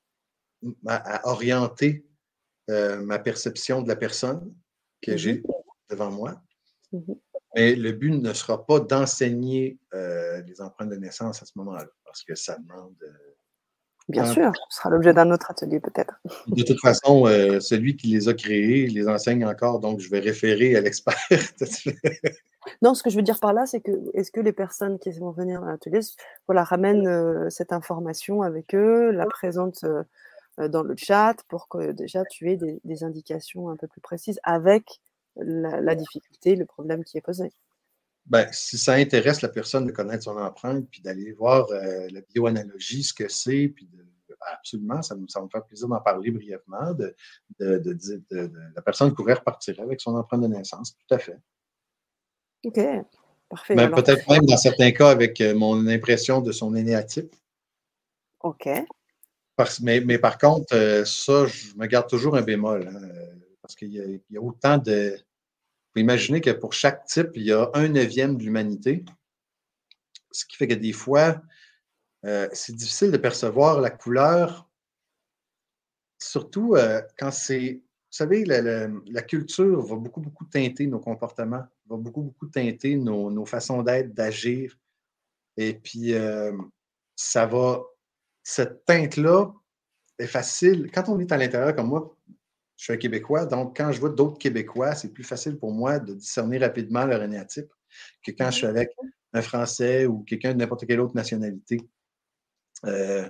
à orienter ma perception de la personne que Mmh mh. j'ai devant moi. Mmh. Mais le but ne sera pas d'enseigner les empreintes de naissance à ce moment-là, parce que ça demande Bien tant. sûr, ce sera l'objet d'un autre atelier peut-être. De toute façon, celui qui les a créés les enseigne encore, donc je vais référer à l'expert. Non, ce que je veux dire par là, c'est que est-ce que les personnes qui vont venir à l'atelier, voilà, ramènent cette information avec eux, la présentent dans le chat pour que déjà tu aies des indications un peu plus précises avec la difficulté, le problème qui est posé. Ben, si ça intéresse la personne de connaître son empreinte, puis d'aller voir la bioanalogie, ce que c'est, puis absolument, ça va me faire plaisir d'en parler brièvement. La personne pourrait repartir avec son empreinte de naissance, tout à fait. Ok, parfait. Mais Alors, peut-être même dans certains cas avec mon impression de son énéatype. ok. Mais par contre, ça, je me garde toujours un bémol, hein, parce qu'il y a autant de. Faut imaginer que pour chaque type, il y a 1/9 de l'humanité, ce qui fait que des fois, c'est difficile de percevoir la couleur, surtout quand c'est. Vous savez, la culture va beaucoup, beaucoup teinter nos comportements, va beaucoup, beaucoup teinter nos façons d'être, d'agir. Et puis, ça va. Cette teinte-là est facile. Quand on est à l'intérieur, comme moi, je suis un Québécois, donc quand je vois d'autres Québécois, c'est plus facile pour moi de discerner rapidement leur énéatype que quand je suis avec un Français ou quelqu'un de n'importe quelle autre nationalité. Euh,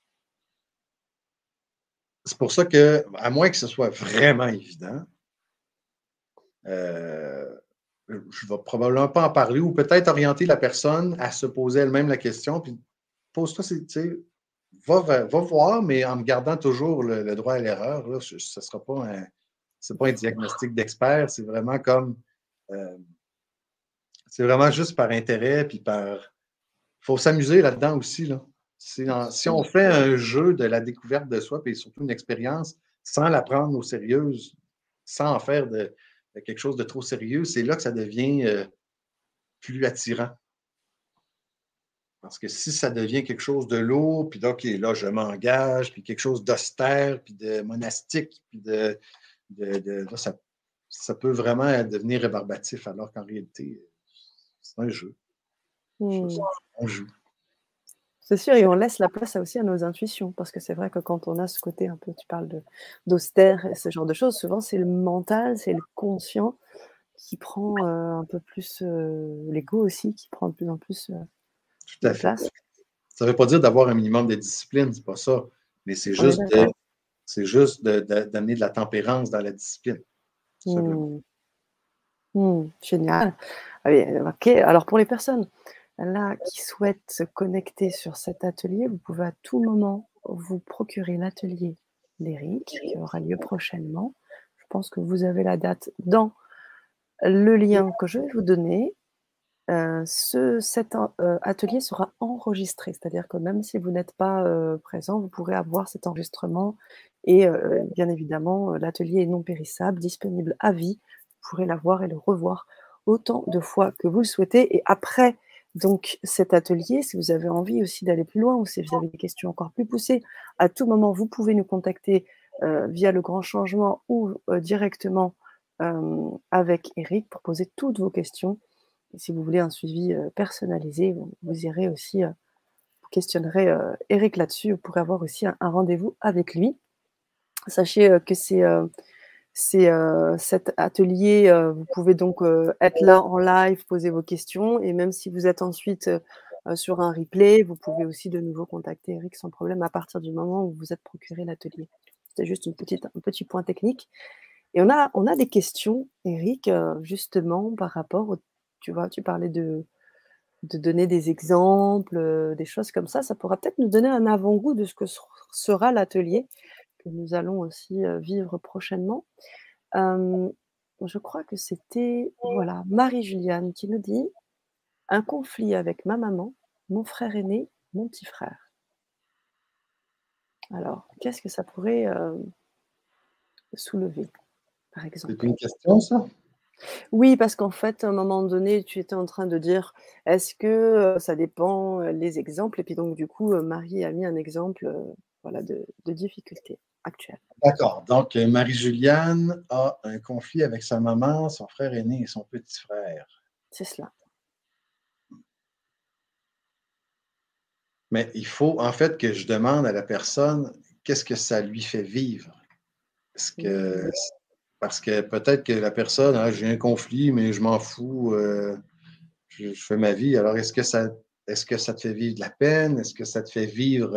c'est pour ça que, à moins que ce soit vraiment évident, je ne vais probablement pas en parler ou peut-être orienter la personne à se poser elle-même la question, puis pose-toi, tu sais, va voir, mais en me gardant toujours le droit à l'erreur. Là, ce ne sera pas c'est pas un diagnostic d'expert, c'est vraiment comme euh, c'est vraiment juste par intérêt, puis par. Il faut s'amuser là-dedans aussi. Là. Si on fait un jeu de la découverte de soi, puis surtout une expérience, sans la prendre au sérieux, sans en faire de quelque chose de trop sérieux, c'est là que ça devient plus attirant. Parce que si ça devient quelque chose de lourd, puis OK, là, je m'engage, puis quelque chose d'austère, puis de monastique, puis là, ça peut vraiment devenir rébarbatif, alors qu'en réalité, c'est un jeu. On joue. C'est sûr, et on laisse la place aussi à nos intuitions, parce que c'est vrai que quand on a ce côté un peu, tu parles d'austère et ce genre de choses, souvent c'est le mental, c'est le conscient qui prend un peu plus, l'ego aussi, qui prend de plus en plus Tout de à fait. place. Ça ne veut pas dire d'avoir un minimum de discipline, c'est pas ça. Mais c'est On est juste d'accord. d'amener de la tempérance dans la discipline, tout simplement. Génial. Ah oui, OK. Alors pour les personnes là qui souhaitent se connecter sur cet atelier, vous pouvez à tout moment vous procurer l'atelier lyrique qui aura lieu prochainement. Je pense que vous avez la date dans le lien que je vais vous donner. Cet atelier sera enregistré, c'est-à-dire que même si vous n'êtes pas présent, vous pourrez avoir cet enregistrement et bien évidemment, l'atelier est non périssable, disponible à vie. Vous pourrez l'avoir et le revoir autant de fois que vous le souhaitez. Et après donc cet atelier, si vous avez envie aussi d'aller plus loin ou si vous avez des questions encore plus poussées, à tout moment, vous pouvez nous contacter via Le Grand Changement ou directement avec Eric pour poser toutes vos questions. Et si vous voulez un suivi personnalisé, vous irez aussi, vous questionnerez Eric là-dessus. Vous pourrez avoir aussi un rendez-vous avec lui. Sachez que cet atelier, vous pouvez donc être là en live, poser vos questions et même si vous êtes ensuite sur un replay, vous pouvez aussi de nouveau contacter Eric sans problème à partir du moment où vous êtes procuré l'atelier. C'était juste un petit point technique. Et on a des questions, Eric, justement par rapport au, tu vois, tu parlais de donner des exemples, des choses comme ça. Ça pourra peut-être nous donner un avant-goût de ce que sera l'atelier que nous allons aussi vivre prochainement. Je crois que c'était, voilà, Marie-Juliane qui nous dit: «Un conflit avec ma maman, mon frère aîné, mon petit frère». Alors, qu'est-ce que ça pourrait soulever, par C'est exemple? une question, ça? Oui, parce qu'en fait, à un moment donné, tu étais en train de dire: «Est-ce que, ça dépend, les exemples?» Et puis donc du coup, Marie a mis un exemple, voilà, de difficulté actuelle. D'accord. Donc, Marie-Juliane a un conflit avec sa maman, son frère aîné et son petit frère. C'est cela. Mais il faut, en fait, que je demande à la personne qu'est-ce que ça lui fait vivre. Est-ce que, Mmh. parce que peut-être que la personne, ah, j'ai un conflit, mais je m'en fous. je fais ma vie. Alors, est-ce que ça te fait vivre de la peine? Est-ce que ça te fait vivre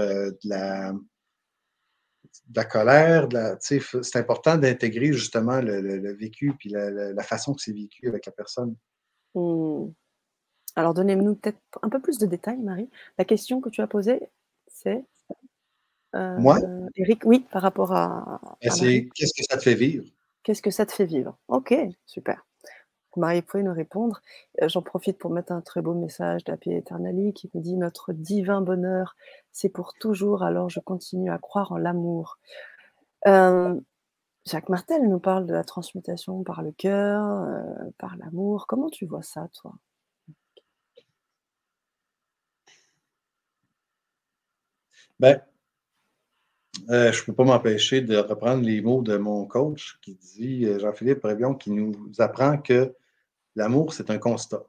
de la colère? C'est important d'intégrer justement le vécu puis la façon que c'est vécu avec la personne. Mmh. Alors donnez-nous peut-être un peu plus de détails, Marie. La question que tu as posée, c'est, Moi, Éric, oui, par rapport ben, à Marie? c'est qu'est-ce que ça te fait vivre? Qu'est-ce que ça te fait vivre? OK, super. Marie, vous pouvez nous répondre. J'en profite pour mettre un très beau message d'Happy Eternally qui nous dit: «Notre divin bonheur, c'est pour toujours, alors je continue à croire en l'amour». Hem, Jacques Martel nous parle de la transmutation par le cœur, par l'amour. Comment tu vois ça, toi? Ben, je ne peux pas m'empêcher de reprendre les mots de mon coach qui dit, Jean-Philippe Révillon, qui nous apprend que l'amour, c'est un constat.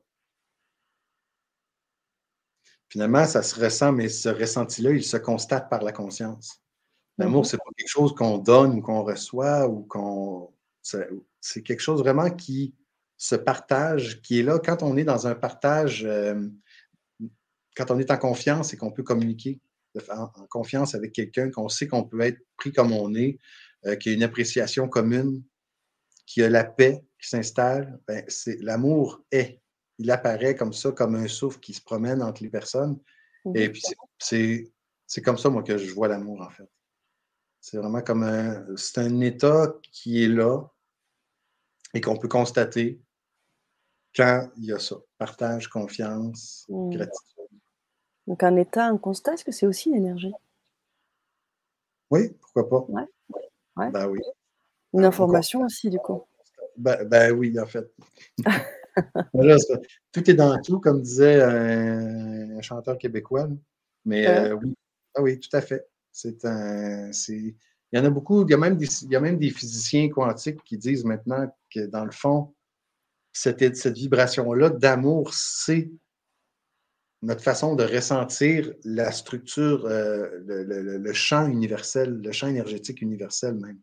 Finalement, ça se ressent, mais ce ressenti-là, il se constate par la conscience. L'amour, Mmh. c'est pas quelque chose qu'on donne ou qu'on reçoit ou c'est quelque chose vraiment qui se partage, qui est là quand on est dans un partage, quand on est en confiance et qu'on peut communiquer en confiance avec quelqu'un, qu'on sait qu'on peut être pris comme on est, qu'il y a une appréciation commune, qu'il y a la paix qui s'installe, ben, l'amour est. Il apparaît comme ça, comme un souffle qui se promène entre les personnes. Mmh. Et puis, c'est comme ça, moi, que je vois l'amour, en fait. C'est vraiment c'est un état qui est là et qu'on peut constater quand il y a ça. Partage, confiance, Mmh. gratitude. Donc un état, un constat, est-ce que c'est aussi une énergie? Oui, pourquoi pas? Ouais, ouais. Ben oui. Une On information constate. aussi du coup? Ben oui, en fait. Voilà, tout est dans tout, comme disait un chanteur québécois. Mais Ouais. oui, ah oui, tout à fait. Il y en a beaucoup. Il y a même des physiciens quantiques qui disent maintenant que dans le fond, cette vibration-là d'amour, c'est notre façon de ressentir la structure, le champ universel, le champ énergétique universel même.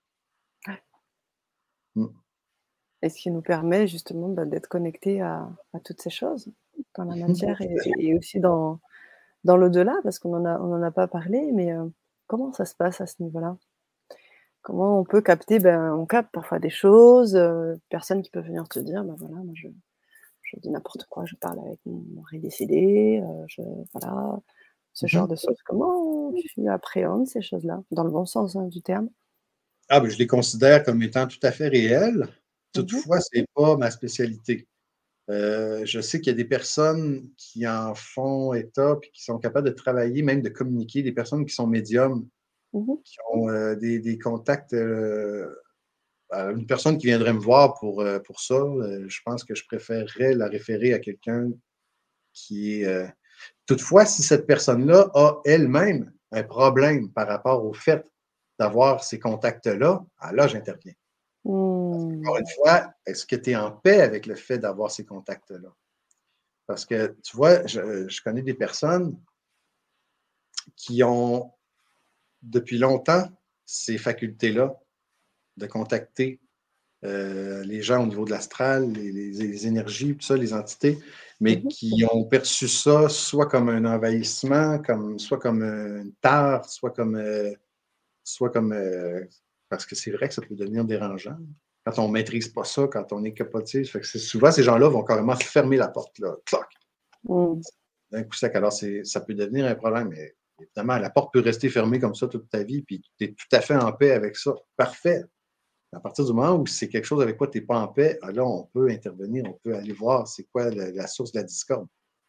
Mm. Et ce qui nous permet justement, bah, d'être connectés à toutes ces choses, dans la matière et aussi dans l'au-delà, parce on en a pas parlé, mais comment ça se passe à ce niveau-là? Comment on peut capter? Ben, on capte parfois des choses, personnes qui peuvent venir te dire: «Bah, voilà, moi je dis n'importe quoi, je parle avec mon mari décédé, je voilà», ce genre Mhm. de choses. Comment tu appréhendes ces choses-là? Dans le bon sens, hein, du terme? Ah, ben, je les considère comme étant tout à fait réels. Mmh. Toutefois, ce n'est pas ma spécialité. Je sais qu'il y a des personnes qui en font état puis qui sont capables de travailler, même de communiquer, des personnes qui sont médiums, Mmh. qui ont des contacts. Une personne qui viendrait me voir pour ça, je pense que je préférerais la référer à quelqu'un qui est. Toutefois, si cette personne-là a elle-même un problème par rapport au fait d'avoir ces contacts-là, là, j'interviens. Encore une Mmh. fois, est-ce que tu es en paix avec le fait d'avoir ces contacts-là? Parce que, tu vois, je connais des personnes qui ont, depuis longtemps, ces facultés-là de contacter les gens au niveau de l'astral, les énergies, tout ça, les entités, mais Mmh. qui ont perçu ça soit comme un envahissement, soit comme une tare, soit comme parce que c'est vrai que ça peut devenir dérangeant quand on ne maîtrise pas ça, quand on est capoté. Fait que souvent, ces gens-là vont carrément fermer la porte, là, clac, Mmh. d'un coup sec. Alors, ça peut devenir un problème, mais évidemment, la porte peut rester fermée comme ça toute ta vie, puis tu es tout à fait en paix avec ça. Parfait. À partir du moment où c'est quelque chose avec quoi tu n'es pas en paix, là, on peut intervenir, on peut aller voir c'est quoi source de la discorde.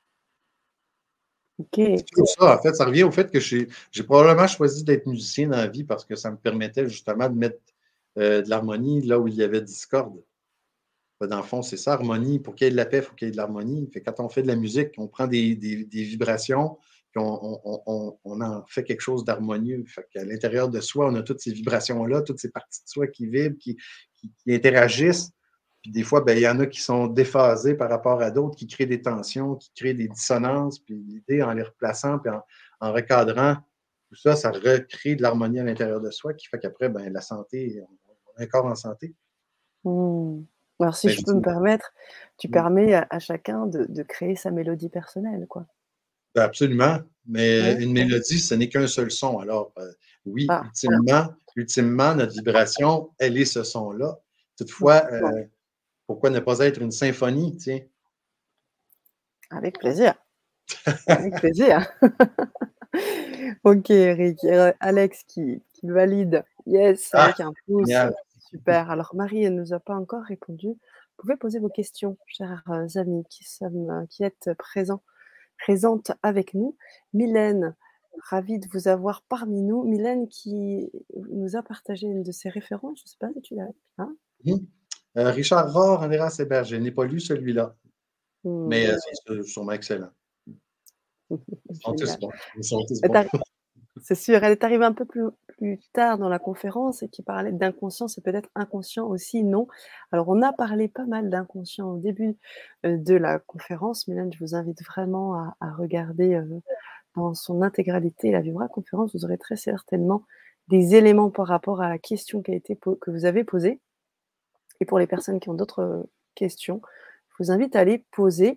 OK. C'est toujours ça, en fait, ça revient au fait que j'ai probablement choisi d'être musicien dans la vie parce que ça me permettait justement de mettre de l'harmonie là où il y avait discorde. Dans le fond, c'est ça, harmonie. Pour qu'il y ait de la paix, il faut qu'il y ait de l'harmonie. Quand on fait de la musique, on prend des vibrations, puis on en fait quelque chose d'harmonieux. À l'intérieur de soi, on a toutes ces vibrations-là, toutes ces parties de soi qui vibrent, qui interagissent. Puis des fois, ben, il y en a qui sont déphasés par rapport à d'autres, qui créent des tensions, qui créent des dissonances. Puis l'idée, en les replaçant, puis en recadrant, tout ça, ça recrée de l'harmonie à l'intérieur de soi, qui fait qu'après, ben, la santé, on a un corps en santé. Mmh. Alors si Ben, je peux me permettre, tu mmh, permets à chacun de créer sa mélodie personnelle, quoi. ben, absolument, mais Ouais. une mélodie, ce n'est qu'un seul son. Alors, oui, Ah, ultimement, notre vibration, elle est ce son-là. Toutefois, complètement. pourquoi ne pas être une symphonie, tu sais? Avec plaisir, avec plaisir. OK Eric, Alex qui valide. Yes, Ah, avec un pouce, génial. super. Alors Marie, elle nous a pas encore répondu. Vous pouvez poser vos questions, chers, amis qui êtes présentes avec nous. Mylène, ravie de vous avoir parmi nous. Mylène qui nous a partagé une de ses références, je ne sais pas si tu l'as, hein? Mmh. Richard Rohr, Andreas Hébert, je n'ai pas lu celui-là, mais Mmh. c'est sûrement excellent. Ils sont tous Génial. bons. Ils sont tous Et bons. c'est sûr, elle est arrivée un peu plus tard dans la conférence et qui parlait d'inconscient, c'est peut-être inconscient aussi, non? Alors on a parlé pas mal d'inconscient au début, de la conférence. Mélanie, je vous invite vraiment à regarder, dans son intégralité la Vibra conférence. Vous aurez très certainement des éléments par rapport à la question qui a été que vous avez posée. Et pour les personnes qui ont d'autres, questions, je vous invite à les poser.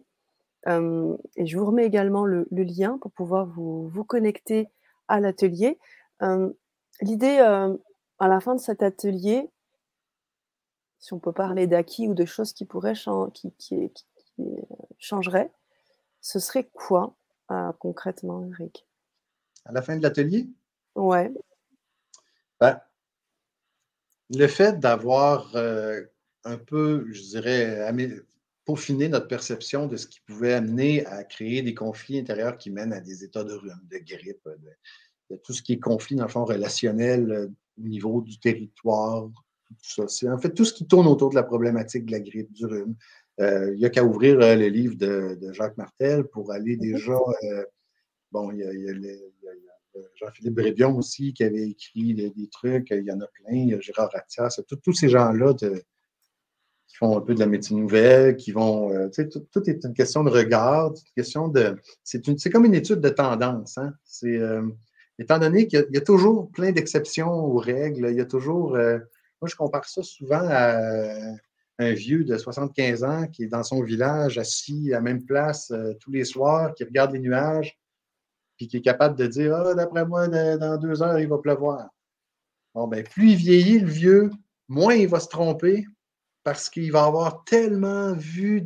Et je vous remets également le lien pour pouvoir vous connecter à l'atelier. Hem, L'idée, à la fin de cet atelier, si on peut parler d'acquis ou de choses qui pourraient changeraient, ce serait quoi, concrètement, Eric? À la fin de l'atelier, Ouais. ben, le fait d'avoir un peu, je dirais, peaufiné notre perception de ce qui pouvait amener à créer des conflits intérieurs qui mènent à des états de rhume, de grippe, de tout ce qui est conflit, dans le fond, relationnel au niveau du territoire, tout ça. C'est en fait tout ce qui tourne autour de la problématique de la grippe, du rhume. Il n'y a qu'à ouvrir le livre de Jacques Martel pour aller Mmh. déjà. Bon, il y a Jean-Philippe Brébion aussi qui avait écrit des trucs, il y en a plein, il y a Gérard Attias, tous ces gens-là qui font un peu de la médecine nouvelle, qui vont. Tu sais, tout est une question de regard, une question de. C'est comme une étude de tendance. Hein? Étant donné qu'il y a toujours plein d'exceptions aux règles, il y a toujours. Moi, je compare ça souvent à un vieux de 75 ans qui est dans son village, assis à la même place tous les soirs, qui regarde les nuages, puis qui est capable de dire ah, d'après moi, dans 2 heures, il va pleuvoir. Bon, ben, plus il vieillit, le vieux, moins il va se tromper parce qu'il va avoir tellement vu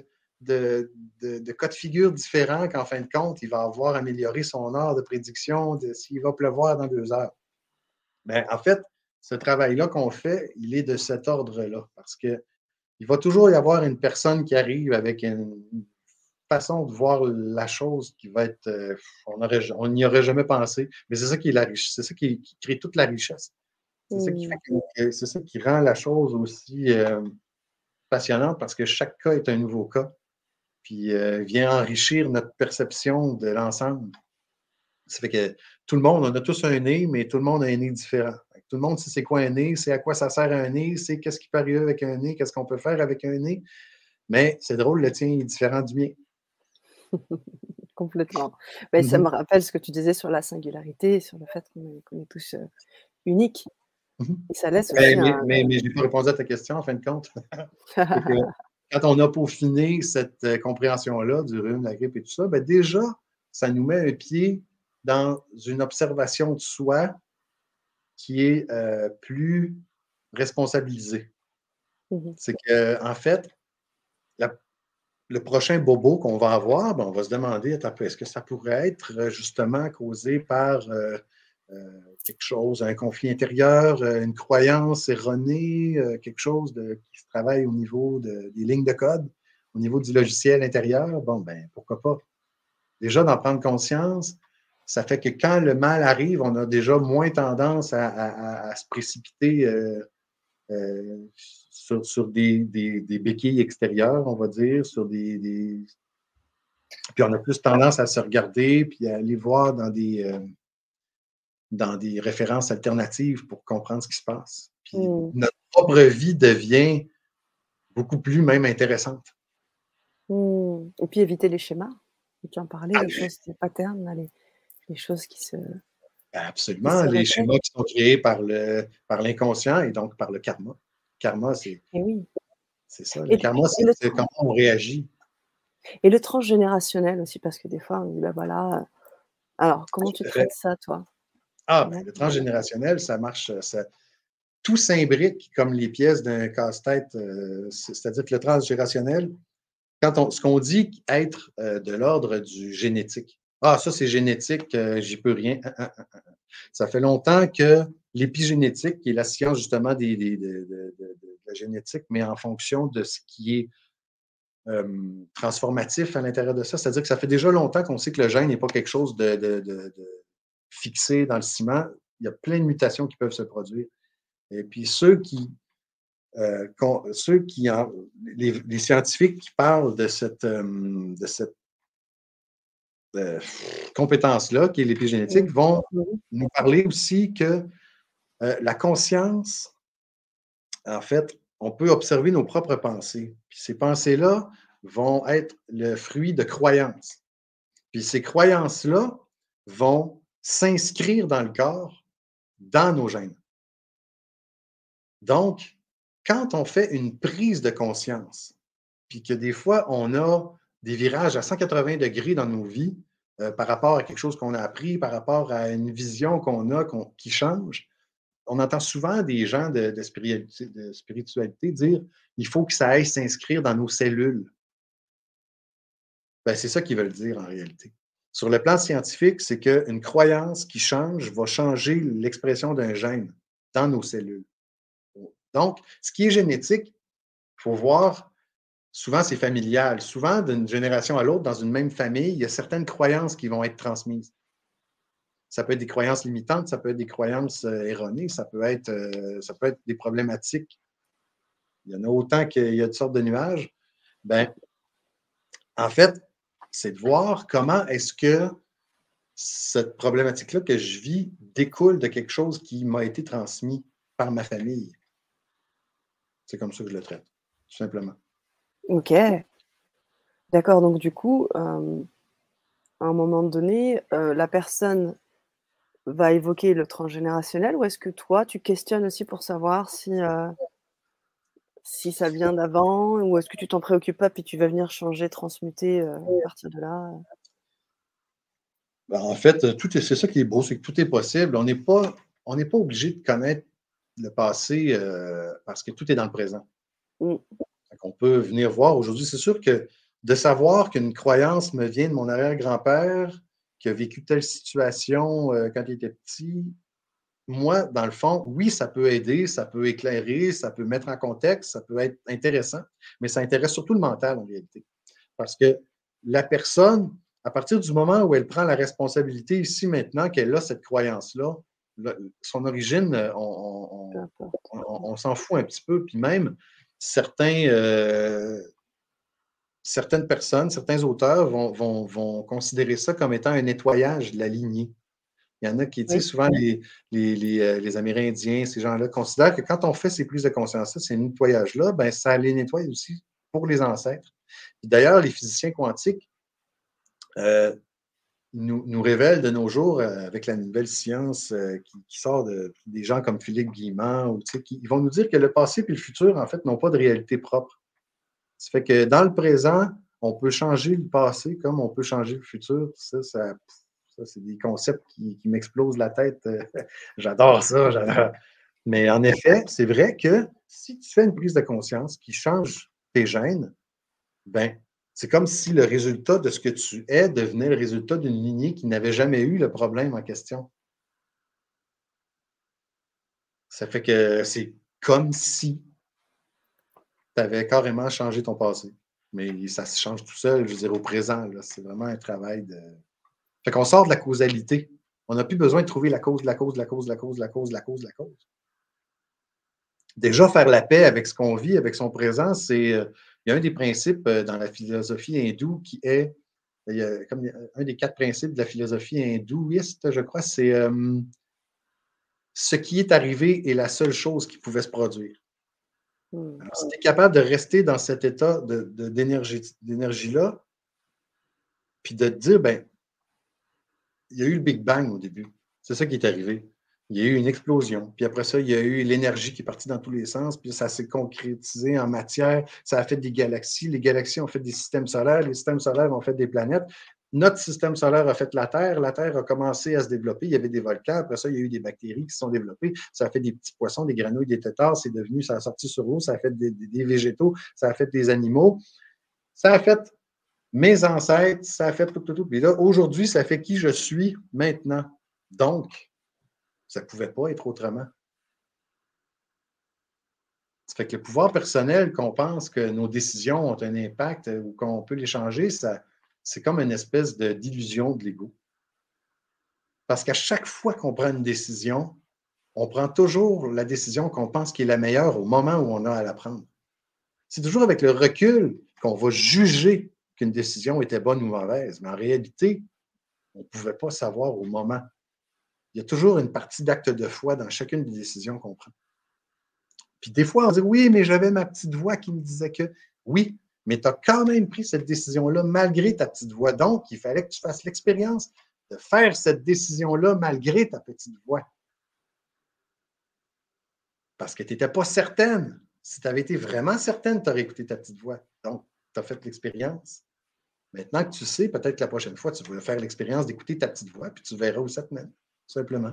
de cas de figure différents qu'en fin de compte, il va avoir amélioré son art de prédiction de s'il va pleuvoir dans 2 heures. Ben, en fait, ce travail-là qu'on fait, il est de cet ordre-là parce qu'il va toujours y avoir une personne qui arrive avec une façon de voir la chose qui va être. On n'y aurait jamais pensé. Mais c'est ça qui est la richesse. C'est ça qui crée toute la richesse. C'est ça qui fait Mmh. c'est ça qui rend la chose aussi passionnante parce que chaque cas est un nouveau cas. Puis vient enrichir notre perception de l'ensemble. Ça fait que tout le monde, on a tous un nez, mais tout le monde a un nez différent. Tout le monde sait c'est quoi un nez, c'est à quoi ça sert un nez, c'est qu'est-ce qui peut arriver avec un nez, qu'est-ce qu'on peut faire avec un nez. Mais c'est drôle, le tien est différent du mien. Complètement. Beh, ça me Mhm. rappelle ce que tu disais sur la singularité, sur le fait qu'on est tous, uniques Mhm. et ça laisse Mais, aussi mais, un mais, mais je n'ai pas répondu à ta question, en fin de compte. C'est que quand on a peaufiné cette compréhension-là du rhume, de la grippe et tout ça, ben déjà, ça nous met un pied dans une observation de soi qui est plus responsabilisée. Mmh mh. C'est que, en fait, la- le prochain bobo qu'on va avoir, ben, on va se demander, attends un peu, est-ce que ça pourrait être justement causé par quelque chose, un conflit intérieur, une croyance erronée, quelque chose qui se travaille au niveau des lignes de code, au niveau du logiciel intérieur? Bon, ben pourquoi pas? Déjà, d'en prendre conscience, ça fait que quand le mal arrive, on a déjà moins tendance à se précipiter sur des béquilles extérieures, on va dire, puis on a plus tendance à se regarder puis à aller voir dans des références alternatives pour comprendre ce qui se passe. Puis Mmh. notre propre vie devient beaucoup plus même intéressante. Mmh. Et puis éviter les schémas. Et tu en parlais, Ah, les choses, les patterns, là, les choses qui absolument, se les répètent. schémas qui sont créés par l'inconscient et donc par le karma. Karma, c'est Et oui. C'est ça. Le Et karma, et le c'est comment on réagit. et le transgénérationnel aussi, parce que des fois, on dit: «Bah, voilà», alors comment tu Tout à fait. traites ça, toi? Ah, ben, Ouais. le transgénérationnel, ça marche, tout s'imbrique comme les pièces d'un casse-tête. C'est-à-dire que le transgénérationnel, ce qu'on dit être de l'ordre du génétique. Ah, ça, c'est génétique, j'y peux rien. Ça fait longtemps que l'épigénétique, qui est la science justement de la génétique, mais en fonction de ce qui est transformatif à l'intérieur de ça. C'est-à-dire que ça fait déjà longtemps qu'on sait que le gène n'est pas quelque chose de fixé dans le ciment. Il y a plein de mutations qui peuvent se produire. Et puis les scientifiques qui parlent de cette compétence-là, qui est l'épigénétique, Mmh. vont Mmh. nous parler aussi que la conscience, en fait, on peut observer nos propres pensées. Puis ces pensées-là vont être le fruit de croyances. Puis ces croyances-là vont s'inscrire dans le corps, dans nos gènes. Donc, quand on fait une prise de conscience, puis que des fois, on a des virages à 180 degrés dans nos vies par rapport à quelque chose qu'on a appris, par rapport à une vision qu'on a qui change, on entend souvent des gens de spiritualité dire il faut que ça aille s'inscrire dans nos cellules. Ben, c'est ça qu'ils veulent dire en réalité. Sur le plan scientifique, c'est qu'une croyance qui change va changer l'expression d'un gène dans nos cellules. Donc, ce qui est génétique, il faut voir, souvent c'est familial. Souvent, d'une génération à l'autre, dans une même famille, il y a certaines croyances qui vont être transmises. Ça peut être des croyances limitantes, ça peut être des croyances erronées, ça peut être des problématiques. Il y en a autant qu'il y a toutes sortes de nuages. Ben, en fait, c'est de voir comment est-ce que cette problématique-là que je vis découle de quelque chose qui m'a été transmis par ma famille. C'est comme ça que je le traite, tout simplement. OK, d'accord, donc du coup, à un moment donné, la personne va évoquer le transgénérationnel ou est-ce que toi, tu questionnes aussi pour savoir si ça vient d'avant ou est-ce que tu t'en préoccupes pas puis tu vas venir changer, transmuter, à partir de là? Ben, en fait, c'est ça qui est beau, c'est que tout est possible. On n'est pas obligé de connaître le passé parce que tout est dans le présent. Mmh. On peut venir voir aujourd'hui. C'est sûr que de savoir qu'une croyance me vient de mon arrière-grand-père qui a vécu telle situation quand il était petit, moi, dans le fond, oui, ça peut aider, ça peut éclairer, ça peut mettre en contexte, ça peut être intéressant, mais ça intéresse surtout le mental en réalité. Parce que la personne, à partir du moment où elle prend la responsabilité ici maintenant qu'elle a cette croyance-là, son origine, Peu importe. on s'en fout un petit peu. Puis même, certaines personnes, certains auteurs vont considérer ça comme étant un nettoyage de la lignée. Il y en a qui, tu sais, Oui. souvent les Amérindiens, ces gens-là, considèrent que quand on fait ces prises de conscience-là, ces nettoyages-là, ben, ça les nettoie aussi pour les ancêtres. D'ailleurs, les physiciens quantiques euh, nous révèlent de nos jours, avec la nouvelle science qui sort des gens comme Philippe Guillemot, ils vont nous dire que le passé et le futur, en fait, n'ont pas de réalité propre. Ça fait que dans le présent, on peut changer le passé comme on peut changer le futur. Ça c'est des concepts qui m'explosent la tête. J'adore ça, j'adore. Mais en effet, c'est vrai que si tu fais une prise de conscience qui change tes gènes, ben, c'est comme si le résultat de ce que tu es devenait le résultat d'une lignée qui n'avait jamais eu le problème en question. Ça fait que c'est comme si tu avais carrément changé ton passé. Mais ça se change tout seul, je veux dire, au présent. C'est vraiment un travail de. Fait qu'on sort de la causalité. On n'a plus besoin de trouver la cause, la cause, la cause, la cause, la cause, la cause, la cause. Déjà, faire la paix avec ce qu'on vit, avec son présent, il y a un des principes dans la philosophie hindoue qui est, comme un des 4 principes de la philosophie hindouiste, je crois, c'est ce qui est arrivé est la seule chose qui pouvait se produire. Mmh. Alors, si tu es capable de rester dans cet état d'énergie-là, puis de te dire, ben, il y a eu le Big Bang au début. C'est ça qui est arrivé. Il y a eu une explosion. Puis après ça, il y a eu l'énergie qui est partie dans tous les sens. Puis ça s'est concrétisé en matière. Ça a fait des galaxies. Les galaxies ont fait des systèmes solaires. Les systèmes solaires ont fait des planètes. Notre système solaire a fait la Terre. La Terre a commencé à se développer. Il y avait des volcans. Après ça, il y a eu des bactéries qui se sont développées. Ça a fait des petits poissons, des grenouilles, des têtards. C'est devenu, ça a sorti sur l'eau. Ça a fait des végétaux. Ça a fait des animaux. Ça a fait mes ancêtres. Ça a fait tout. Puis là, aujourd'hui, ça fait qui je suis maintenant. Donc, ça ne pouvait pas être autrement. Ça fait que le pouvoir personnel, qu'on pense que nos décisions ont un impact ou qu'on peut les changer, c'est comme une espèce d'illusion de l'ego. Parce qu'à chaque fois qu'on prend une décision, on prend toujours la décision qu'on pense qui est la meilleure au moment où on a à la prendre. C'est toujours avec le recul qu'on va juger qu'une décision était bonne ou mauvaise. Mais en réalité, on ne pouvait pas savoir au moment. Il y a toujours une partie d'acte de foi dans chacune des décisions qu'on prend. Puis des fois, on dit oui, mais j'avais ma petite voix qui me disait que oui, mais tu as quand même pris cette décision-là malgré ta petite voix. Donc, il fallait que tu fasses l'expérience de faire cette décision-là malgré ta petite voix. Parce que tu n'étais pas certaine. Si tu avais été vraiment certaine, tu aurais écouté ta petite voix. Donc, tu as fait l'expérience. Maintenant que tu sais, peut-être que la prochaine fois, tu vas faire l'expérience d'écouter ta petite voix, puis tu verras où ça te mène, tout simplement.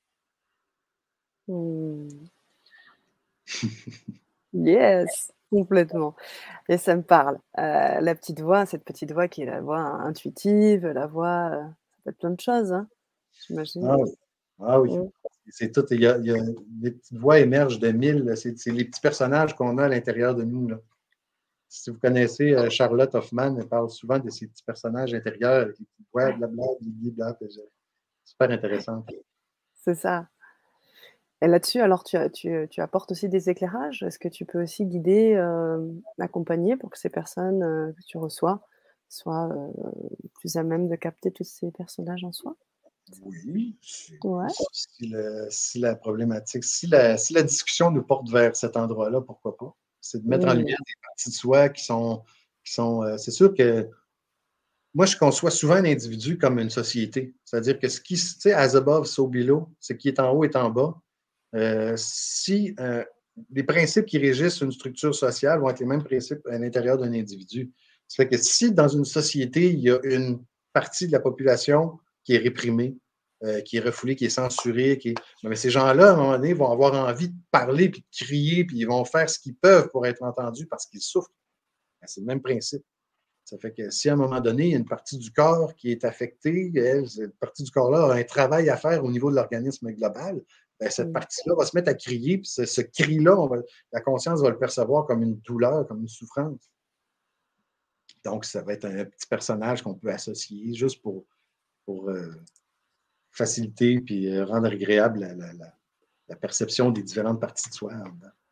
Yes, complètement. Et ça me parle. La petite voix, cette petite voix qui est la voix intuitive, la voix, ça peut être plein de choses, hein, j'imagine. Ah oui. Ah oui. Mmh. C'est tout. Les petites voix émergent de mille. C'est les petits personnages qu'on a à l'intérieur de nous. Là. Si vous connaissez Charlotte Hoffman, elle parle souvent de ces petits personnages intérieurs avec les petites voix, blabla, blabla. Super intéressant. C'est ça. Et là-dessus, alors tu apportes aussi des éclairages? Est-ce que tu peux aussi guider, accompagner pour que ces personnes, que tu reçois soient, plus à même de capter tous ces personnages en soi? Oui, Ouais. si la problématique, si la discussion nous porte vers cet endroit-là, pourquoi pas? C'est de mettre en Mmh. lumière des parties de soi c'est sûr que moi, je conçois souvent un individu comme une société. C'est-à-dire que tu sais, as above, so below, ce qui est en haut est en bas. Si les principes qui régissent une structure sociale vont être les mêmes principes à l'intérieur d'un individu. Ça fait que si dans une société, il y a une partie de la population qui est réprimée, qui est refoulée, qui est censurée, mais ces gens-là, à un moment donné, vont avoir envie de parler, puis de crier, puis ils vont faire ce qu'ils peuvent pour être entendus parce qu'ils souffrent. C'est le même principe. Ça fait que si à un moment donné, il y a une partie du corps qui est affectée, cette partie du corps-là a un travail à faire au niveau de l'organisme global, bien, cette Mmh. partie-là va se mettre à crier, puis ce cri-là, la conscience va le percevoir comme une douleur, comme une souffrance. Donc, ça va être un petit personnage qu'on peut associer juste pour faciliter puis rendre agréable la perception des différentes parties de soi.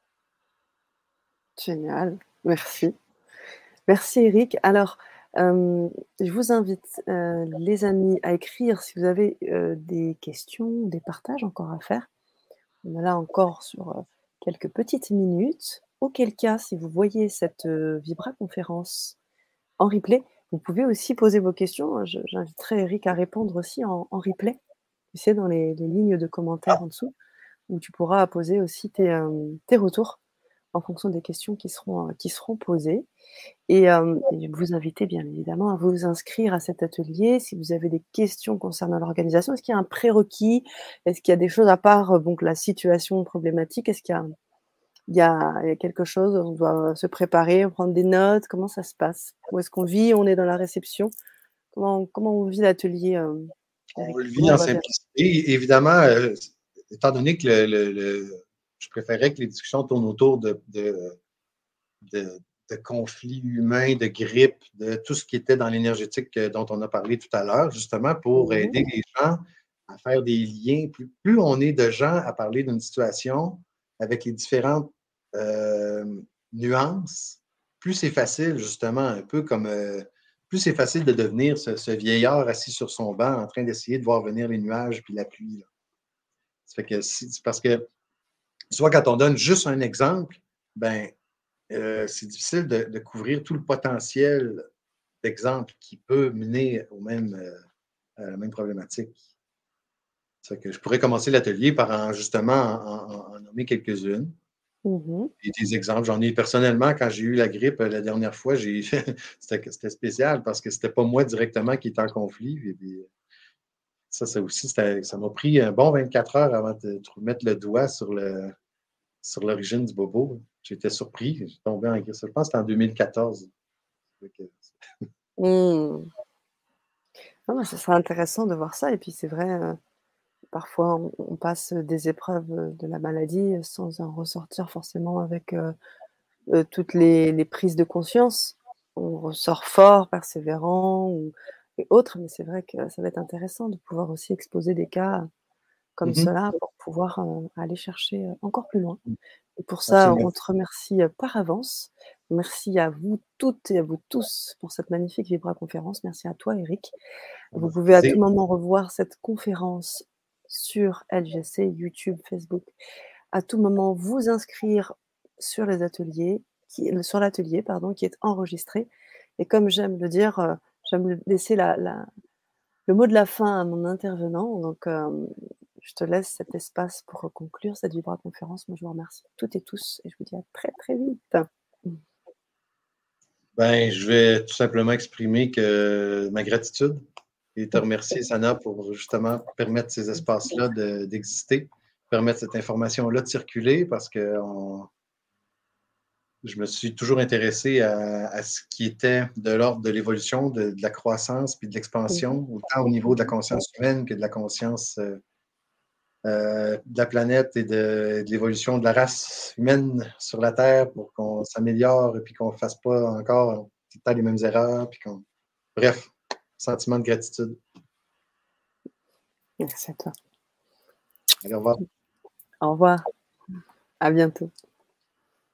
Génial, merci. Merci Eric. Alors, je vous invite, les amis, à écrire si vous avez, des questions, des partages encore à faire. On est là encore sur, quelques petites minutes. Auquel cas, si vous voyez cette, Vibra-conférence en replay, vous pouvez aussi poser vos questions, hein. J'inviterai Eric à répondre aussi en replay. Tu sais, dans les lignes de commentaires en dessous, où tu pourras poser aussi tes retours en fonction des questions qui seront posées. Et vous inviter bien évidemment à vous inscrire à cet atelier si vous avez des questions concernant l'organisation. Est-ce qu'il y a un prérequis? Est-ce qu'il y a des choses à part, bon, que la situation problématique? Est-ce qu'il y a il y a quelque chose, on doit se préparer, prendre des notes? Comment ça se passe? Où est-ce qu'on vit? On est dans la réception? Comment on vit l'atelier, On Eric? le vit Comment on en va vers simplicité. Évidemment, étant donné que je préférais que les discussions tournent autour de, de conflits humains, de grippe, de tout ce qui était dans l'énergétique dont on a parlé tout à l'heure, justement pour mmh aider les gens à faire des liens. Plus on est de gens à parler d'une situation avec les différentes euh, nuances, plus c'est facile, justement, un peu comme plus c'est facile de devenir ce vieillard assis sur son banc en train d'essayer de voir venir les nuages puis la pluie. Là. Ça fait que parce que soit quand on donne juste un exemple, ben c'est difficile de couvrir tout le potentiel d'exemple qui peut mener à la même problématique. Ça fait que je pourrais commencer l'atelier par justement en nommer quelques-unes. Mmh. Et des exemples, j'en ai personnellement, quand j'ai eu la grippe la dernière fois, c'était spécial parce que c'était pas moi directement qui était en conflit. Et puis, ça aussi, ça m'a pris un bon 24 heures avant de mettre le doigt sur l'origine du bobo. J'étais surpris, j'ai tombé en grippe. Je pense que c'était en 2014. Mmh. Non, mais ce serait intéressant de voir ça et puis c'est vrai, parfois on passe des épreuves, de la maladie, sans en ressortir forcément avec, toutes les prises de conscience. On ressort fort, persévérant ou et autres, mais c'est vrai que ça va être intéressant de pouvoir aussi exposer des cas comme Mhm. cela pour pouvoir, aller chercher, encore plus loin. Et pour ça, Absolument. on te remercie, par avance. Merci à vous toutes et à vous tous pour cette magnifique vibra-conférence. Merci à toi Eric. Ça Vous m'a fait pouvez à tout plaisir. moment revoir cette conférence sur LGC, YouTube, Facebook. À tout moment, vous inscrire sur les ateliers, sur l'atelier, pardon, qui est enregistré. Et comme j'aime le dire, j'aime laisser le mot de la fin à mon intervenant. Donc, je te laisse cet espace pour conclure cette vibra-conférence. Moi, je vous remercie toutes et tous et je vous dis à très, très vite. Ben, je vais tout simplement exprimer ma gratitude et te remercier, Sana, pour justement permettre ces espaces-là d'exister, permettre cette information-là de circuler parce que je me suis toujours intéressé à ce qui était de l'ordre de l'évolution, de la croissance puis de Mhm, l'expansion, autant au niveau de la mhm. conscience humaine que de la conscience de la planète et de l'évolution de la race humaine sur la Terre pour qu'on s'améliore et puis qu'on ne fasse pas encore tout le temps les mêmes erreurs. Bref, sentiment de gratitude. Merci à toi. Allez, au revoir. Au revoir. À bientôt.